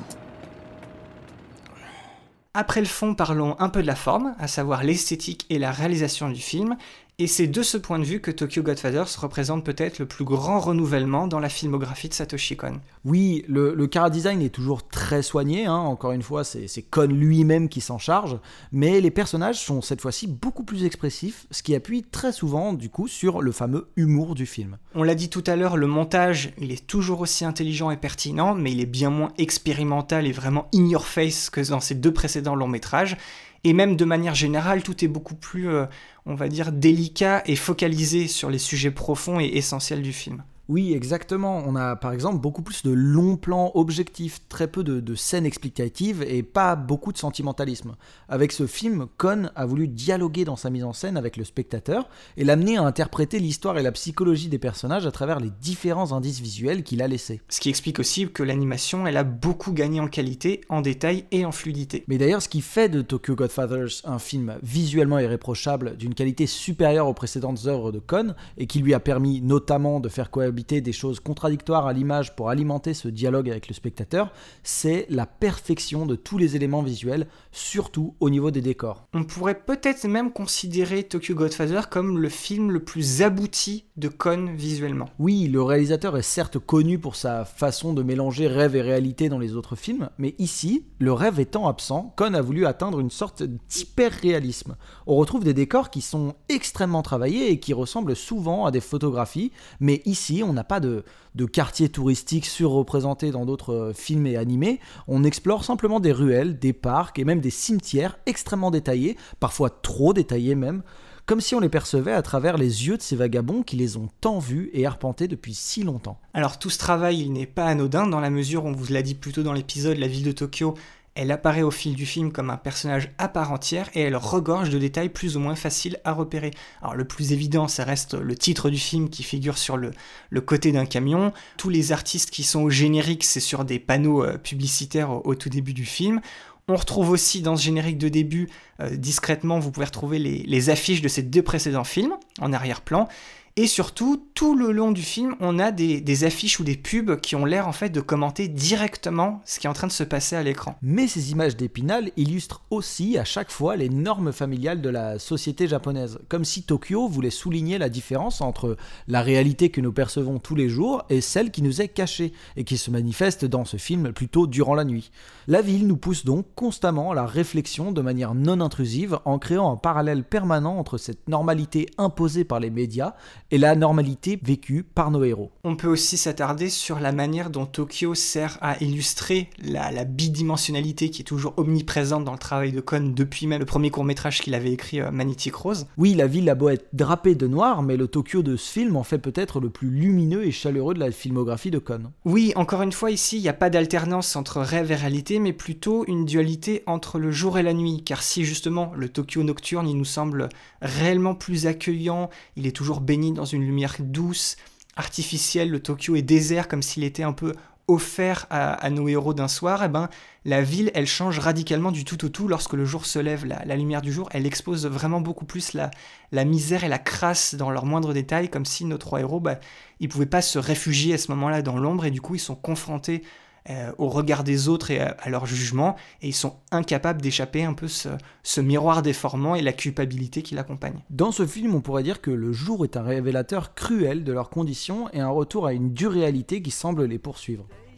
Après le fond, parlons un peu de la forme, à savoir l'esthétique et la réalisation du film, et c'est de ce point de vue que Tokyo Godfathers représente peut-être le plus grand renouvellement dans la filmographie de Satoshi Kon. Oui, le chara-design est toujours très soigné, encore une fois, c'est Kon lui-même qui s'en charge, mais les personnages sont cette fois-ci beaucoup plus expressifs, ce qui appuie très souvent, du coup, sur le fameux humour du film. On l'a dit tout à l'heure, le montage, il est toujours aussi intelligent et pertinent, mais il est bien moins expérimental et vraiment in your face que dans ses 2 précédents longs métrages. Et même de manière générale, tout est beaucoup plus, on va dire, délicat et focalisé sur les sujets profonds et essentiels du film. Oui, exactement. On a par exemple beaucoup plus de longs plans objectifs, très peu de scènes explicatives et pas beaucoup de sentimentalisme. Avec ce film, Kon a voulu dialoguer dans sa mise en scène avec le spectateur et l'amener à interpréter l'histoire et la psychologie des personnages à travers les différents indices visuels qu'il a laissés. Ce qui explique aussi que l'animation, elle a beaucoup gagné en qualité, en détail et en fluidité. Mais d'ailleurs, ce qui fait de Tokyo Godfathers un film visuellement irréprochable, d'une qualité supérieure aux précédentes œuvres de Kon, et qui lui a permis notamment de faire cohabiter des choses contradictoires à l'image pour alimenter ce dialogue avec le spectateur, c'est la perfection de tous les éléments visuels, surtout au niveau des décors. On pourrait peut-être même considérer Tokyo Godfather comme le film le plus abouti de Kon visuellement. Oui, le réalisateur est certes connu pour sa façon de mélanger rêve et réalité dans les autres films, mais ici, le rêve étant absent, Kon a voulu atteindre une sorte d'hyper-réalisme. On retrouve des décors qui sont extrêmement travaillés et qui ressemblent souvent à des photographies, mais ici, on n'a pas de quartiers touristiques surreprésentés dans d'autres films et animés. On explore simplement des ruelles, des parcs et même des cimetières extrêmement détaillés, parfois trop détaillés même, comme si on les percevait à travers les yeux de ces vagabonds qui les ont tant vus et arpentés depuis si longtemps. Alors tout ce travail, il n'est pas anodin dans la mesure où on vous l'a dit plus tôt dans l'épisode, la ville de Tokyo, elle apparaît au fil du film comme un personnage à part entière et elle regorge de détails plus ou moins faciles à repérer. Alors le plus évident, ça reste le titre du film qui figure sur le côté d'un camion. Tous les artistes qui sont au générique, c'est sur des panneaux publicitaires au tout début du film. On retrouve aussi dans ce générique de début, discrètement, vous pouvez retrouver les affiches de ces 2 précédents films en arrière-plan. Et surtout, tout le long du film, on a des affiches ou des pubs qui ont l'air en fait de commenter directement ce qui est en train de se passer à l'écran. Mais ces images d'Épinal illustrent aussi à chaque fois les normes familiales de la société japonaise, comme si Tokyo voulait souligner la différence entre la réalité que nous percevons tous les jours et celle qui nous est cachée, et qui se manifeste dans ce film plutôt durant la nuit. La ville nous pousse donc constamment à la réflexion de manière non intrusive, en créant un parallèle permanent entre cette normalité imposée par les médias et la normalité vécue par nos héros. On peut aussi s'attarder sur la manière dont Tokyo sert à illustrer la bidimensionnalité qui est toujours omniprésente dans le travail de Kon depuis même le premier court-métrage qu'il avait écrit, Magnetic Rose. Oui, la ville a beau être drapée de noir, mais le Tokyo de ce film en fait peut-être le plus lumineux et chaleureux de la filmographie de Kon. Oui, encore une fois, ici, il n'y a pas d'alternance entre rêve et réalité, mais plutôt une dualité entre le jour et la nuit, car si justement le Tokyo nocturne, il nous semble réellement plus accueillant, il est toujours baigné dans une lumière douce, artificielle, le Tokyo est désert comme s'il était un peu offert à nos héros d'un soir, et ben la ville elle change radicalement du tout au tout lorsque le jour se lève, la lumière du jour elle expose vraiment beaucoup plus la misère et la crasse dans leurs moindres détails, comme si nos 3 héros ils pouvaient pas se réfugier à ce moment-là dans l'ombre et du coup ils sont confrontés au regard des autres et à leur jugement, et ils sont incapables d'échapper un peu ce miroir déformant et la culpabilité qui l'accompagne. Dans ce film, on pourrait dire que le jour est un révélateur cruel de leurs conditions et un retour à une dure réalité qui semble les poursuivre.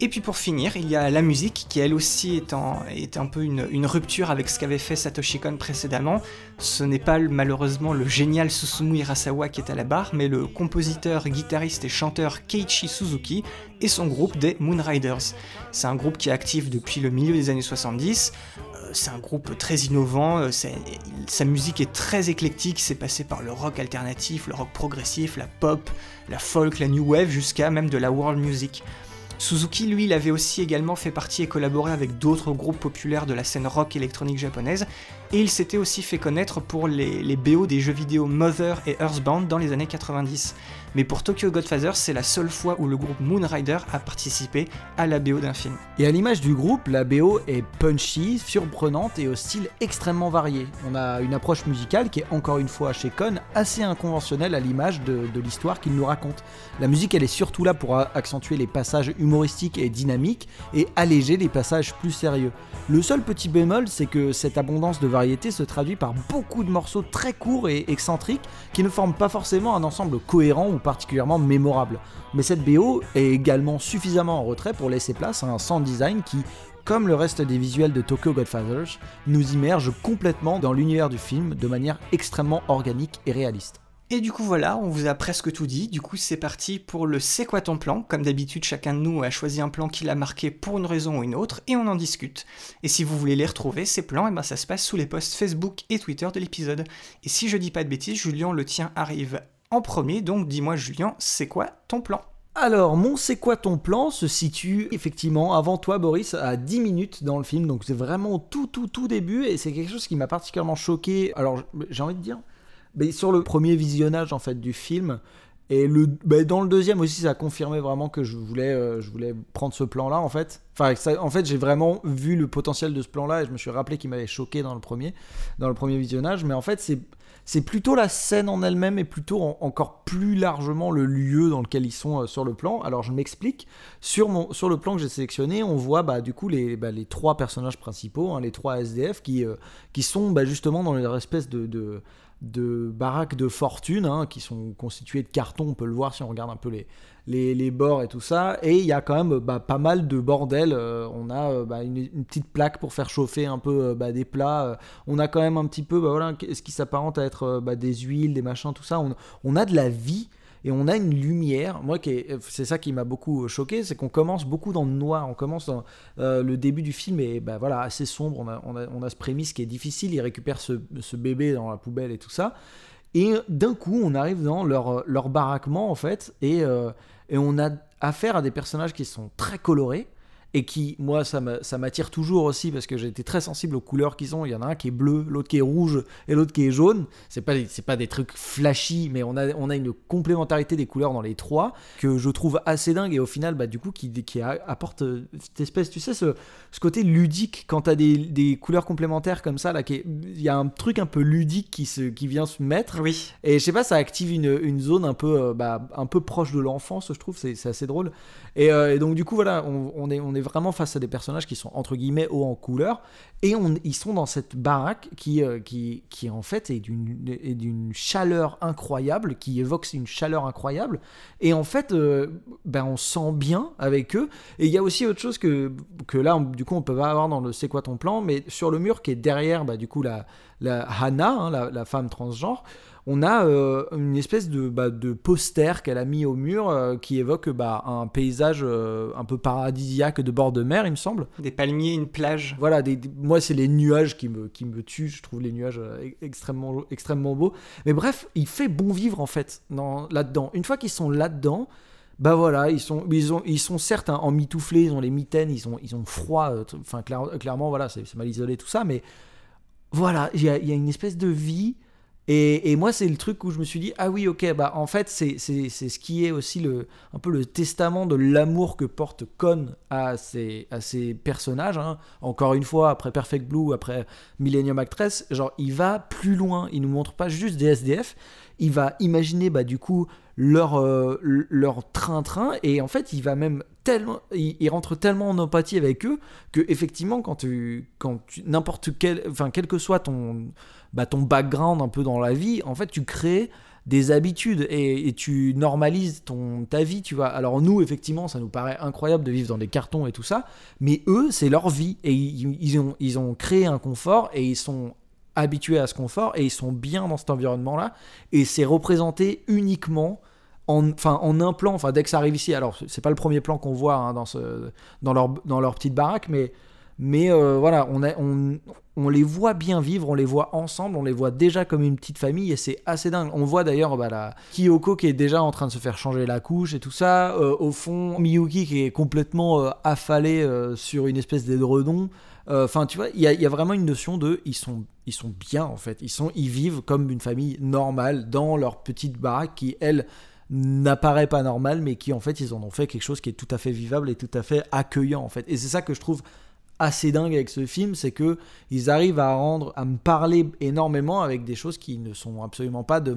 Et puis pour finir, il y a la musique qui elle aussi est un peu une rupture avec ce qu'avait fait Satoshi Kon précédemment. Ce n'est pas malheureusement le génial Susumu Hirasawa qui est à la barre, mais le compositeur, guitariste et chanteur Keiichi Suzuki et son groupe des Moonriders. C'est un groupe qui est actif depuis le milieu des années 70. C'est un groupe très innovant, sa musique est très éclectique, c'est passé par le rock alternatif, le rock progressif, la pop, la folk, la new wave, jusqu'à même de la world music. Suzuki, lui, il avait aussi également fait partie et collaboré avec d'autres groupes populaires de la scène rock électronique japonaise, et il s'était aussi fait connaître pour les BO des jeux vidéo Mother et Earthbound dans les années 90. Mais pour Tokyo Godfather, c'est la seule fois où le groupe Moonrider a participé à la BO d'un film. Et à l'image du groupe, la BO est punchy, surprenante et au style extrêmement varié. On a une approche musicale qui est encore une fois chez Kon assez inconventionnelle à l'image de l'histoire qu'il nous raconte. La musique, elle est surtout là pour accentuer les passages humoristiques et dynamiques et alléger les passages plus sérieux. Le seul petit bémol, c'est que cette abondance de variété se traduit par beaucoup de morceaux très courts et excentriques qui ne forment pas forcément un ensemble cohérent ou particulièrement mémorable. Mais cette BO est également suffisamment en retrait pour laisser place à un sound design qui, comme le reste des visuels de Tokyo Godfathers, nous immerge complètement dans l'univers du film de manière extrêmement organique et réaliste. Et du coup voilà, on vous a presque tout dit, du coup c'est parti pour le C'est quoi ton plan ? Comme d'habitude, chacun de nous a choisi un plan qui l'a marqué pour une raison ou une autre, et on en discute. Et si vous voulez les retrouver, ces plans, ça se passe sous les posts Facebook et Twitter de l'épisode. Et si je dis pas de bêtises, Julien, le tien arrive en premier, donc dis-moi Julien, c'est quoi ton plan ? Alors, mon C'est quoi ton plan se situe effectivement avant toi, Boris, à 10 minutes dans le film, donc c'est vraiment tout début, et c'est quelque chose qui m'a particulièrement choqué. Alors, j'ai envie de dire, mais sur le premier visionnage en fait du film, et dans le deuxième aussi, ça a confirmé vraiment que je voulais prendre ce plan-là en fait. En fait, j'ai vraiment vu le potentiel de ce plan-là, et je me suis rappelé qu'il m'avait choqué dans le premier visionnage, mais en fait, c'est plutôt la scène en elle-même et plutôt encore plus largement le lieu dans lequel ils sont sur le plan. Alors je m'explique, sur le plan que j'ai sélectionné, on voit du coup les trois personnages principaux, les trois SDF qui sont justement dans leur espèce de baraques de fortune, qui sont constituées de carton, on peut le voir si on regarde un peu les bords et tout ça, et il y a quand même pas mal de bordel. On a une petite plaque pour faire chauffer un peu des plats, on a quand même un petit peu ce qui s'apparente à être des huiles, des machins, tout ça, on a de la vie. Et on a une lumière, c'est ça qui m'a beaucoup choqué, c'est qu'on commence beaucoup dans le noir, on commence dans le début du film est assez sombre, on a ce prémisse qui est difficile, ils récupèrent ce bébé dans la poubelle et tout ça, et d'un coup on arrive dans leur baraquement en fait, et on a affaire à des personnages qui sont très colorés, et qui, moi, ça m'attire toujours aussi parce que j'ai été très sensible aux couleurs qu'ils ont. Il y en a un qui est bleu, l'autre qui est rouge et l'autre qui est jaune. C'est pas des trucs flashy, mais on a une complémentarité des couleurs dans les trois que je trouve assez dingue, et au final, du coup, qui apporte cette espèce, tu sais, ce côté ludique quand t'as des couleurs complémentaires comme ça, là, il y a un truc un peu ludique qui vient se mettre. Oui. Et je sais pas, ça active une zone un peu proche de l'enfance, je trouve, c'est assez drôle. Et donc, du coup, voilà, on est vraiment face à des personnages qui sont entre guillemets hauts en couleur, et ils sont dans cette baraque qui en fait est d'une chaleur incroyable, qui évoque une chaleur incroyable, et en fait on sent bien avec eux. Et il y a aussi autre chose que là du coup on peut pas avoir dans le C'est quoi ton plan, mais sur le mur qui est derrière du coup la Hana, la femme transgenre, on a une espèce de poster qu'elle a mis au mur qui évoque un paysage un peu paradisiaque de bord de mer, il me semble. Des palmiers, une plage. Voilà, moi c'est les nuages qui me tuent, je trouve les nuages extrêmement, extrêmement beaux. Mais bref, il fait bon vivre en fait là-dedans. Une fois qu'ils sont là-dedans, ils sont certes en mitouflé, ils ont les mitaines, ils ont froid, clairement voilà, c'est mal isolé tout ça, mais voilà, il y a une espèce de vie. Et moi, c'est le truc où je me suis dit, ah oui, ok, en fait, c'est ce qui est aussi un peu le testament de l'amour que porte Kon à ses personnages. Encore une fois, après Perfect Blue, après Millennium Actress, genre, il va plus loin. Il nous montre pas juste des SDF. Il va imaginer, du coup, leur train-train, et en fait, il va même tellement, il rentre tellement en empathie avec eux que effectivement, quand tu n'importe quel que soit ton background un peu dans la vie, en fait, tu crées des habitudes et tu normalises ta vie, tu vois. Alors nous, effectivement, ça nous paraît incroyable de vivre dans des cartons et tout ça, mais eux, c'est leur vie et ils ont créé un confort et ils sont habitués à ce confort et ils sont bien dans cet environnement-là et c'est représenté uniquement en un plan, dès que ça arrive ici. Alors c'est pas le premier plan qu'on voit hein, dans leur petite baraque, mais voilà, on les voit bien vivre, on les voit ensemble, on les voit déjà comme une petite famille et c'est assez dingue. On voit d'ailleurs la Kyoko qui est déjà en train de se faire changer la couche et tout ça. Au fond, Miyuki qui est complètement affalé sur une espèce d'édredon. Tu vois, il y a vraiment une notion de ils sont bien en fait. Ils vivent comme une famille normale dans leur petite baraque qui, elle, n'apparaît pas normale, mais qui en fait ils en ont fait quelque chose qui est tout à fait vivable et tout à fait accueillant en fait. Et c'est ça que je trouve assez dingue avec ce film, c'est que ils arrivent à me parler énormément avec des choses qui ne sont absolument pas de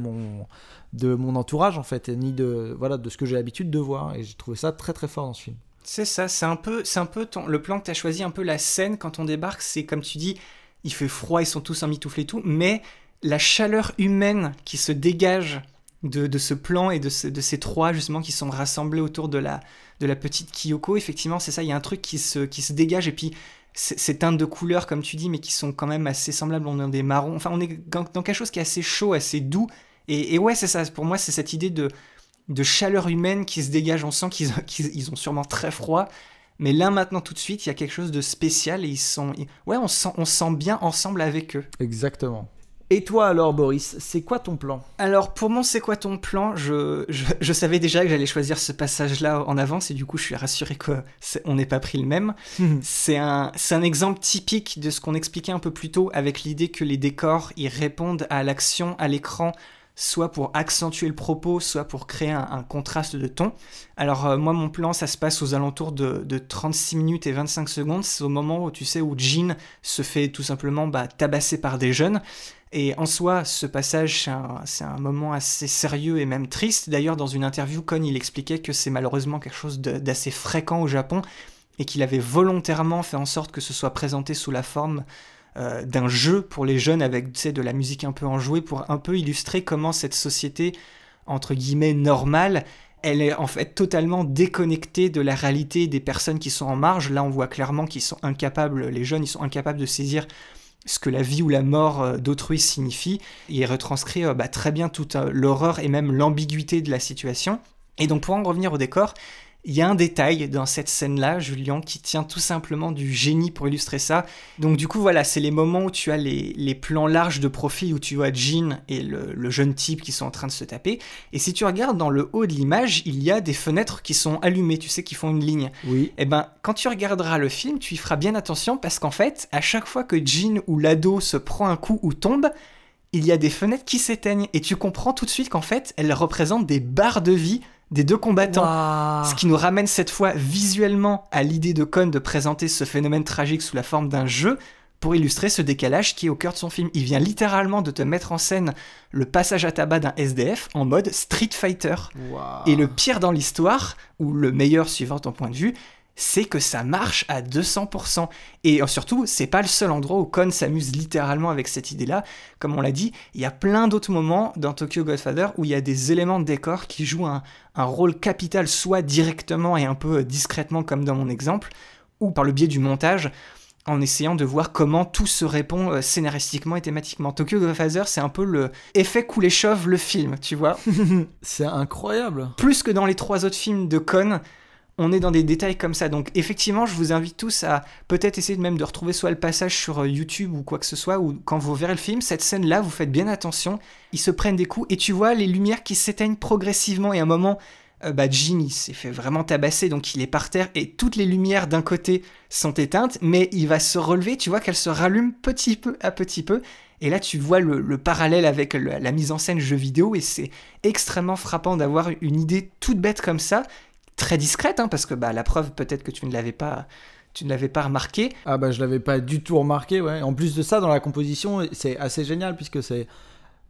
mon entourage en fait, ni de ce que j'ai l'habitude de voir. Et j'ai trouvé ça très très fort dans ce film. C'est ça, c'est un peu le plan que tu as choisi, un peu la scène quand on débarque, c'est comme tu dis, il fait froid, ils sont tous emmitouflés et tout, mais la chaleur humaine qui se dégage de ce plan et de ces trois justement qui sont rassemblés autour de la petite Kyoko, effectivement c'est ça, il y a un truc qui se dégage et puis ces teintes de couleurs comme tu dis mais qui sont quand même assez semblables, on est dans des marrons, enfin on est dans quelque chose qui est assez chaud, assez doux et ouais c'est ça, pour moi c'est cette idée de chaleur humaine qui se dégage, on sent qu'ils ont sûrement très froid, mais là maintenant tout de suite il y a quelque chose de spécial et on sent bien ensemble avec eux. Exactement. Et toi alors Boris, c'est quoi ton plan ? Alors pour moi c'est quoi ton plan ? Je savais déjà que j'allais choisir ce passage-là en avance et du coup je suis rassuré qu'on n'ait pas pris le même. C'est un exemple typique de ce qu'on expliquait un peu plus tôt avec l'idée que les décors ils répondent à l'action à l'écran, soit pour accentuer le propos, soit pour créer un contraste de ton. Alors moi mon plan ça se passe aux alentours de 36 minutes et 25 secondes, c'est au moment où tu sais où Jin se fait tout simplement tabasser par des jeunes. Et en soi, ce passage, c'est un moment assez sérieux et même triste. D'ailleurs, dans une interview, Kon, il expliquait que c'est malheureusement quelque chose d'assez fréquent au Japon et qu'il avait volontairement fait en sorte que ce soit présenté sous la forme d'un jeu pour les jeunes avec de la musique un peu enjouée pour un peu illustrer comment cette société, entre guillemets, normale, elle est en fait totalement déconnectée de la réalité des personnes qui sont en marge. Là, on voit clairement qu'ils sont incapables, les jeunes, ils sont incapables de saisir ce que la vie ou la mort d'autrui signifie. Il retranscrit très bien toute l'horreur et même l'ambiguïté de la situation. Et donc pour en revenir au décor, il y a un détail dans cette scène-là, Julien, qui tient tout simplement du génie pour illustrer ça. Donc du coup, voilà, c'est les moments où tu as les plans larges de profil, où tu vois Jin et le jeune type qui sont en train de se taper. Et si tu regardes dans le haut de l'image, il y a des fenêtres qui sont allumées, tu sais, qui font une ligne. Oui. Et quand tu regarderas le film, tu y feras bien attention, parce qu'en fait, à chaque fois que Jin ou l'ado se prend un coup ou tombe, il y a des fenêtres qui s'éteignent. Et tu comprends tout de suite qu'en fait, elles représentent des barres de vie des deux combattants. Wow. Ce qui nous ramène cette fois visuellement à l'idée de Kon de présenter ce phénomène tragique sous la forme d'un jeu pour illustrer ce décalage qui est au cœur de son film. Il vient littéralement de te mettre en scène le passage à tabac d'un SDF en mode Street Fighter. Wow. Et le pire dans l'histoire, ou le meilleur suivant ton point de vue, c'est que ça marche à 200%. Et surtout, c'est pas le seul endroit où Kon s'amuse littéralement avec cette idée-là. Comme on l'a dit, il y a plein d'autres moments dans Tokyo Godfather où il y a des éléments de décor qui jouent un rôle capital, soit directement et un peu discrètement comme dans mon exemple, ou par le biais du montage, en essayant de voir comment tout se répond scénaristiquement et thématiquement. Tokyo Godfather, c'est un peu le effet Kuleshov, le film, tu vois. C'est incroyable. Plus que dans les 3 autres films de Kon, on est dans des détails comme ça. Donc effectivement, je vous invite tous à peut-être essayer même de retrouver soit le passage sur YouTube ou quoi que ce soit, ou quand vous verrez le film, cette scène-là, vous faites bien attention, ils se prennent des coups, et tu vois les lumières qui s'éteignent progressivement, et à un moment, Jin, il s'est fait vraiment tabasser, donc il est par terre, et toutes les lumières d'un côté sont éteintes, mais il va se relever, tu vois qu'elles se rallument petit peu à petit peu, et là tu vois le parallèle avec la mise en scène jeu vidéo, et c'est extrêmement frappant d'avoir une idée toute bête comme ça, très discrète, parce que la preuve, peut-être que tu ne l'avais pas remarqué. Ah je l'avais pas du tout remarqué, ouais. En plus de ça, dans la composition, c'est assez génial, puisque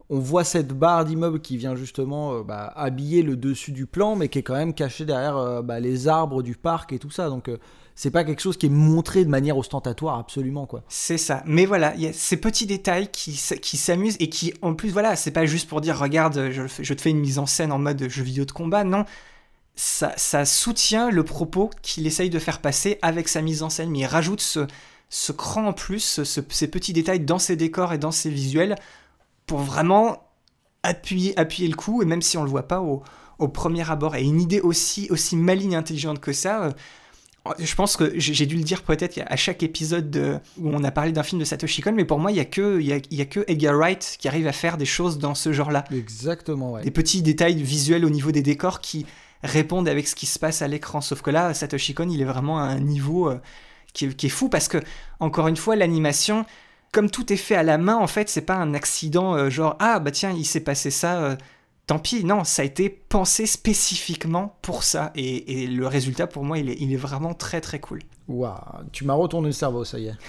on voit cette barre d'immeuble qui vient justement habiller le dessus du plan, mais qui est quand même cachée derrière les arbres du parc et tout ça. Donc c'est pas quelque chose qui est montré de manière ostentatoire, absolument, quoi. C'est ça. Mais voilà, il y a ces petits détails qui s'amusent et qui, en plus, voilà, c'est pas juste pour dire, regarde, je te fais une mise en scène en mode jeu vidéo de combat. Non, ça soutient le propos qu'il essaye de faire passer avec sa mise en scène. Mais il rajoute ce cran en plus, ces petits détails dans ses décors et dans ses visuels pour vraiment appuyer le coup. Et même si on le voit pas au premier abord. Et une idée aussi maligne et intelligente que ça... je pense que j'ai dû le dire peut-être à chaque épisode où on a parlé d'un film de Satoshi Kon, mais pour moi, il y a que Edgar Wright qui arrive à faire des choses dans ce genre-là. Exactement, ouais. Des petits détails visuels au niveau des décors qui répondent avec ce qui se passe à l'écran. Sauf que là, Satoshi Kon, il est vraiment à un niveau qui est fou parce que, encore une fois, l'animation, comme tout est fait à la main, en fait, c'est pas un accident genre « Ah, bah tiens, il s'est passé ça... tant pis, non, ça a été pensé spécifiquement pour ça. Et le résultat, pour moi, il est vraiment très très cool. Waouh, tu m'as retourné le cerveau, ça y est.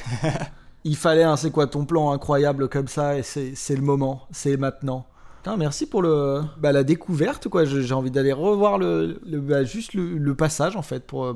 Il fallait un c'est quoi ton plan incroyable comme ça, et c'est le moment, c'est maintenant. Putain, merci pour la découverte, quoi. J'ai envie d'aller revoir juste le passage, en fait, pour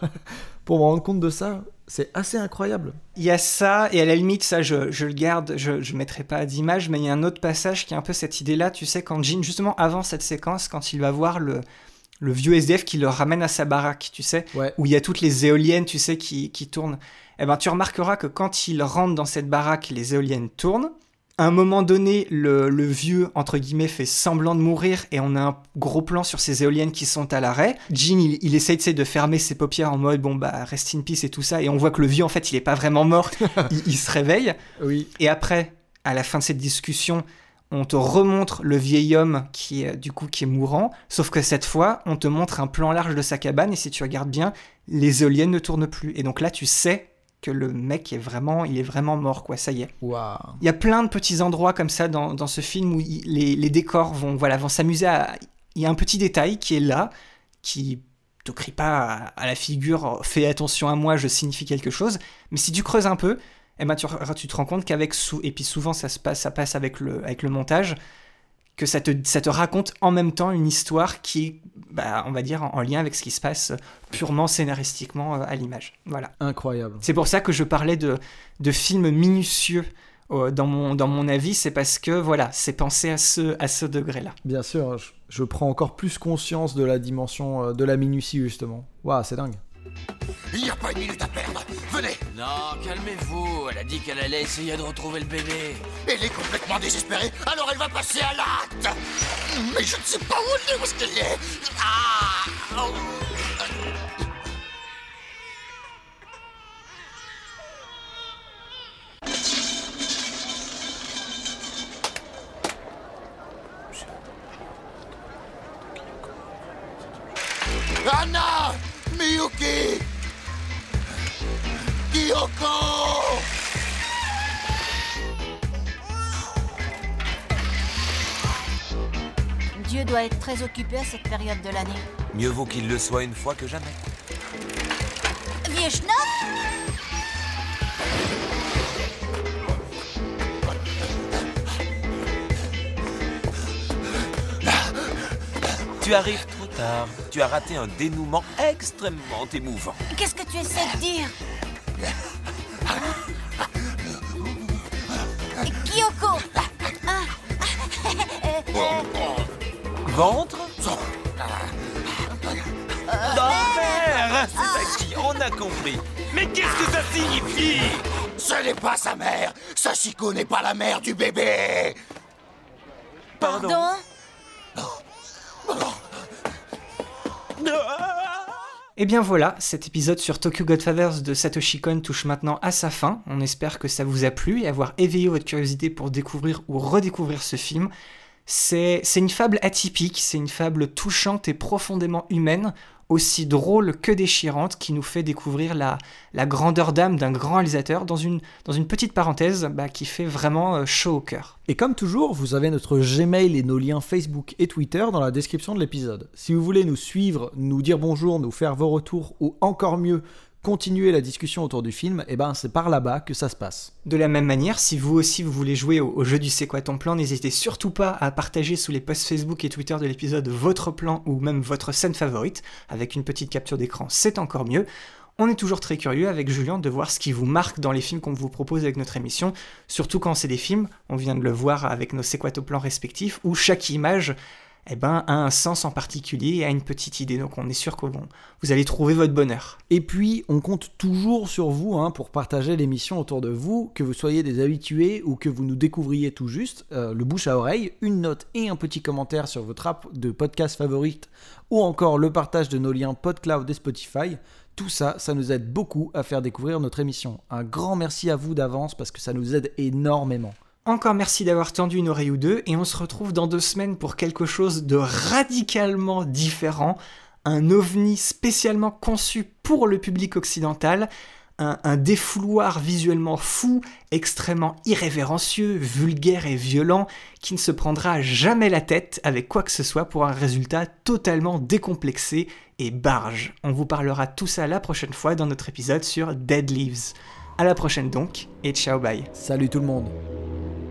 me rendre compte de ça. C'est assez incroyable. Il y a ça, et à la limite, ça, je le garde, je mettrai pas d'image, mais il y a un autre passage qui a un peu cette idée-là, tu sais, quand Jin, justement avant cette séquence, quand il va voir le vieux SDF qui le ramène à sa baraque, tu sais, ouais. Où il y a toutes les éoliennes, tu sais, qui tournent. Eh ben, tu remarqueras que quand il rentre dans cette baraque, les éoliennes tournent. À un moment donné, le vieux, entre guillemets, fait semblant de mourir et on a un gros plan sur ces éoliennes qui sont à l'arrêt. Jin, il essaye, tu sais, de fermer ses paupières en mode, bon, bah, rest in peace et tout ça. Et on voit que le vieux, en fait, il est pas vraiment mort. il se réveille. Oui. Et après, à la fin de cette discussion, on te remontre le vieil homme qui est mourant. Sauf que cette fois, on te montre un plan large de sa cabane et si tu regardes bien, les éoliennes ne tournent plus. Et donc là, tu sais que le mec il est vraiment mort, quoi, ça y est. Waouh. Il y a plein de petits endroits comme ça dans ce film où les décors vont s'amuser à... Il y a un petit détail qui est là, qui te crie pas à la figure « fais attention à moi, je signifie quelque chose », mais si tu creuses un peu, eh ben, tu te rends compte qu'avec... Et puis souvent ça passe avec le montage, que ça te raconte en même temps une histoire qui est, on va dire, en lien avec ce qui se passe purement scénaristiquement à l'image. Voilà. Incroyable. C'est pour ça que je parlais de films minutieux dans mon avis, c'est parce que, voilà, c'est pensé à ce degré-là. Bien sûr, je prends encore plus conscience de la dimension, de la minutie, justement. Waouh, c'est dingue. Il n'y a pas une minute à perdre. Venez. Non, calmez-vous. Elle a dit qu'elle allait essayer de retrouver le bébé. Elle est complètement désespérée, alors elle va passer à l'acte. Mais je ne sais pas où est-ce qu'elle est. Ah oh. Anna! Miyuki! Kyoko! Dieu doit être très occupé à cette période de l'année. Mieux vaut qu'il le soit une fois que jamais. Vieux schnock! Tu arrives trop tard. Tu as raté un dénouement extrêmement émouvant. Qu'est-ce que tu essaies de dire? Kyoko! Ventre? Mère! C'est à qui? On a compris. Mais qu'est-ce que ça signifie? Ce n'est pas sa mère. Sachiko n'est pas la mère du bébé. Pardon? Et bien voilà, cet épisode sur Tokyo Godfathers de Satoshi Kon touche maintenant à sa fin. On espère que ça vous a plu et avoir éveillé votre curiosité pour découvrir ou redécouvrir ce film. C'est une fable atypique, c'est une fable touchante et profondément humaine, aussi drôle que déchirante, qui nous fait découvrir la grandeur d'âme d'un grand réalisateur dans une petite parenthèse qui fait vraiment chaud au cœur. Et comme toujours, vous avez notre Gmail et nos liens Facebook et Twitter dans la description de l'épisode. Si vous voulez nous suivre, nous dire bonjour, nous faire vos retours ou encore mieux, continuer la discussion autour du film, et ben c'est par là-bas que ça se passe. De la même manière, si vous aussi vous voulez jouer au jeu du C'est quoi ton plan, n'hésitez surtout pas à partager sous les posts Facebook et Twitter de l'épisode votre plan ou même votre scène favorite, avec une petite capture d'écran, c'est encore mieux. On est toujours très curieux avec Julien de voir ce qui vous marque dans les films qu'on vous propose avec notre émission, surtout quand c'est des films, on vient de le voir avec nos C'est quoi ton plan respectifs, où chaque image a un sens en particulier et a une petite idée, donc on est sûr que vous allez trouver votre bonheur. Et puis, on compte toujours sur vous pour partager l'émission autour de vous, que vous soyez des habitués ou que vous nous découvriez tout juste, le bouche à oreille, une note et un petit commentaire sur votre app de podcast favorite, ou encore le partage de nos liens PodCloud et Spotify. Tout ça, ça nous aide beaucoup à faire découvrir notre émission. Un grand merci à vous d'avance parce que ça nous aide énormément. Encore merci d'avoir tendu une oreille ou deux, et on se retrouve dans 2 semaines pour quelque chose de radicalement différent, un ovni spécialement conçu pour le public occidental, un défouloir visuellement fou, extrêmement irrévérencieux, vulgaire et violent, qui ne se prendra jamais la tête avec quoi que ce soit pour un résultat totalement décomplexé et barge. On vous parlera tout ça la prochaine fois dans notre épisode sur Dead Leaves. À la prochaine donc, et ciao bye. Salut tout le monde.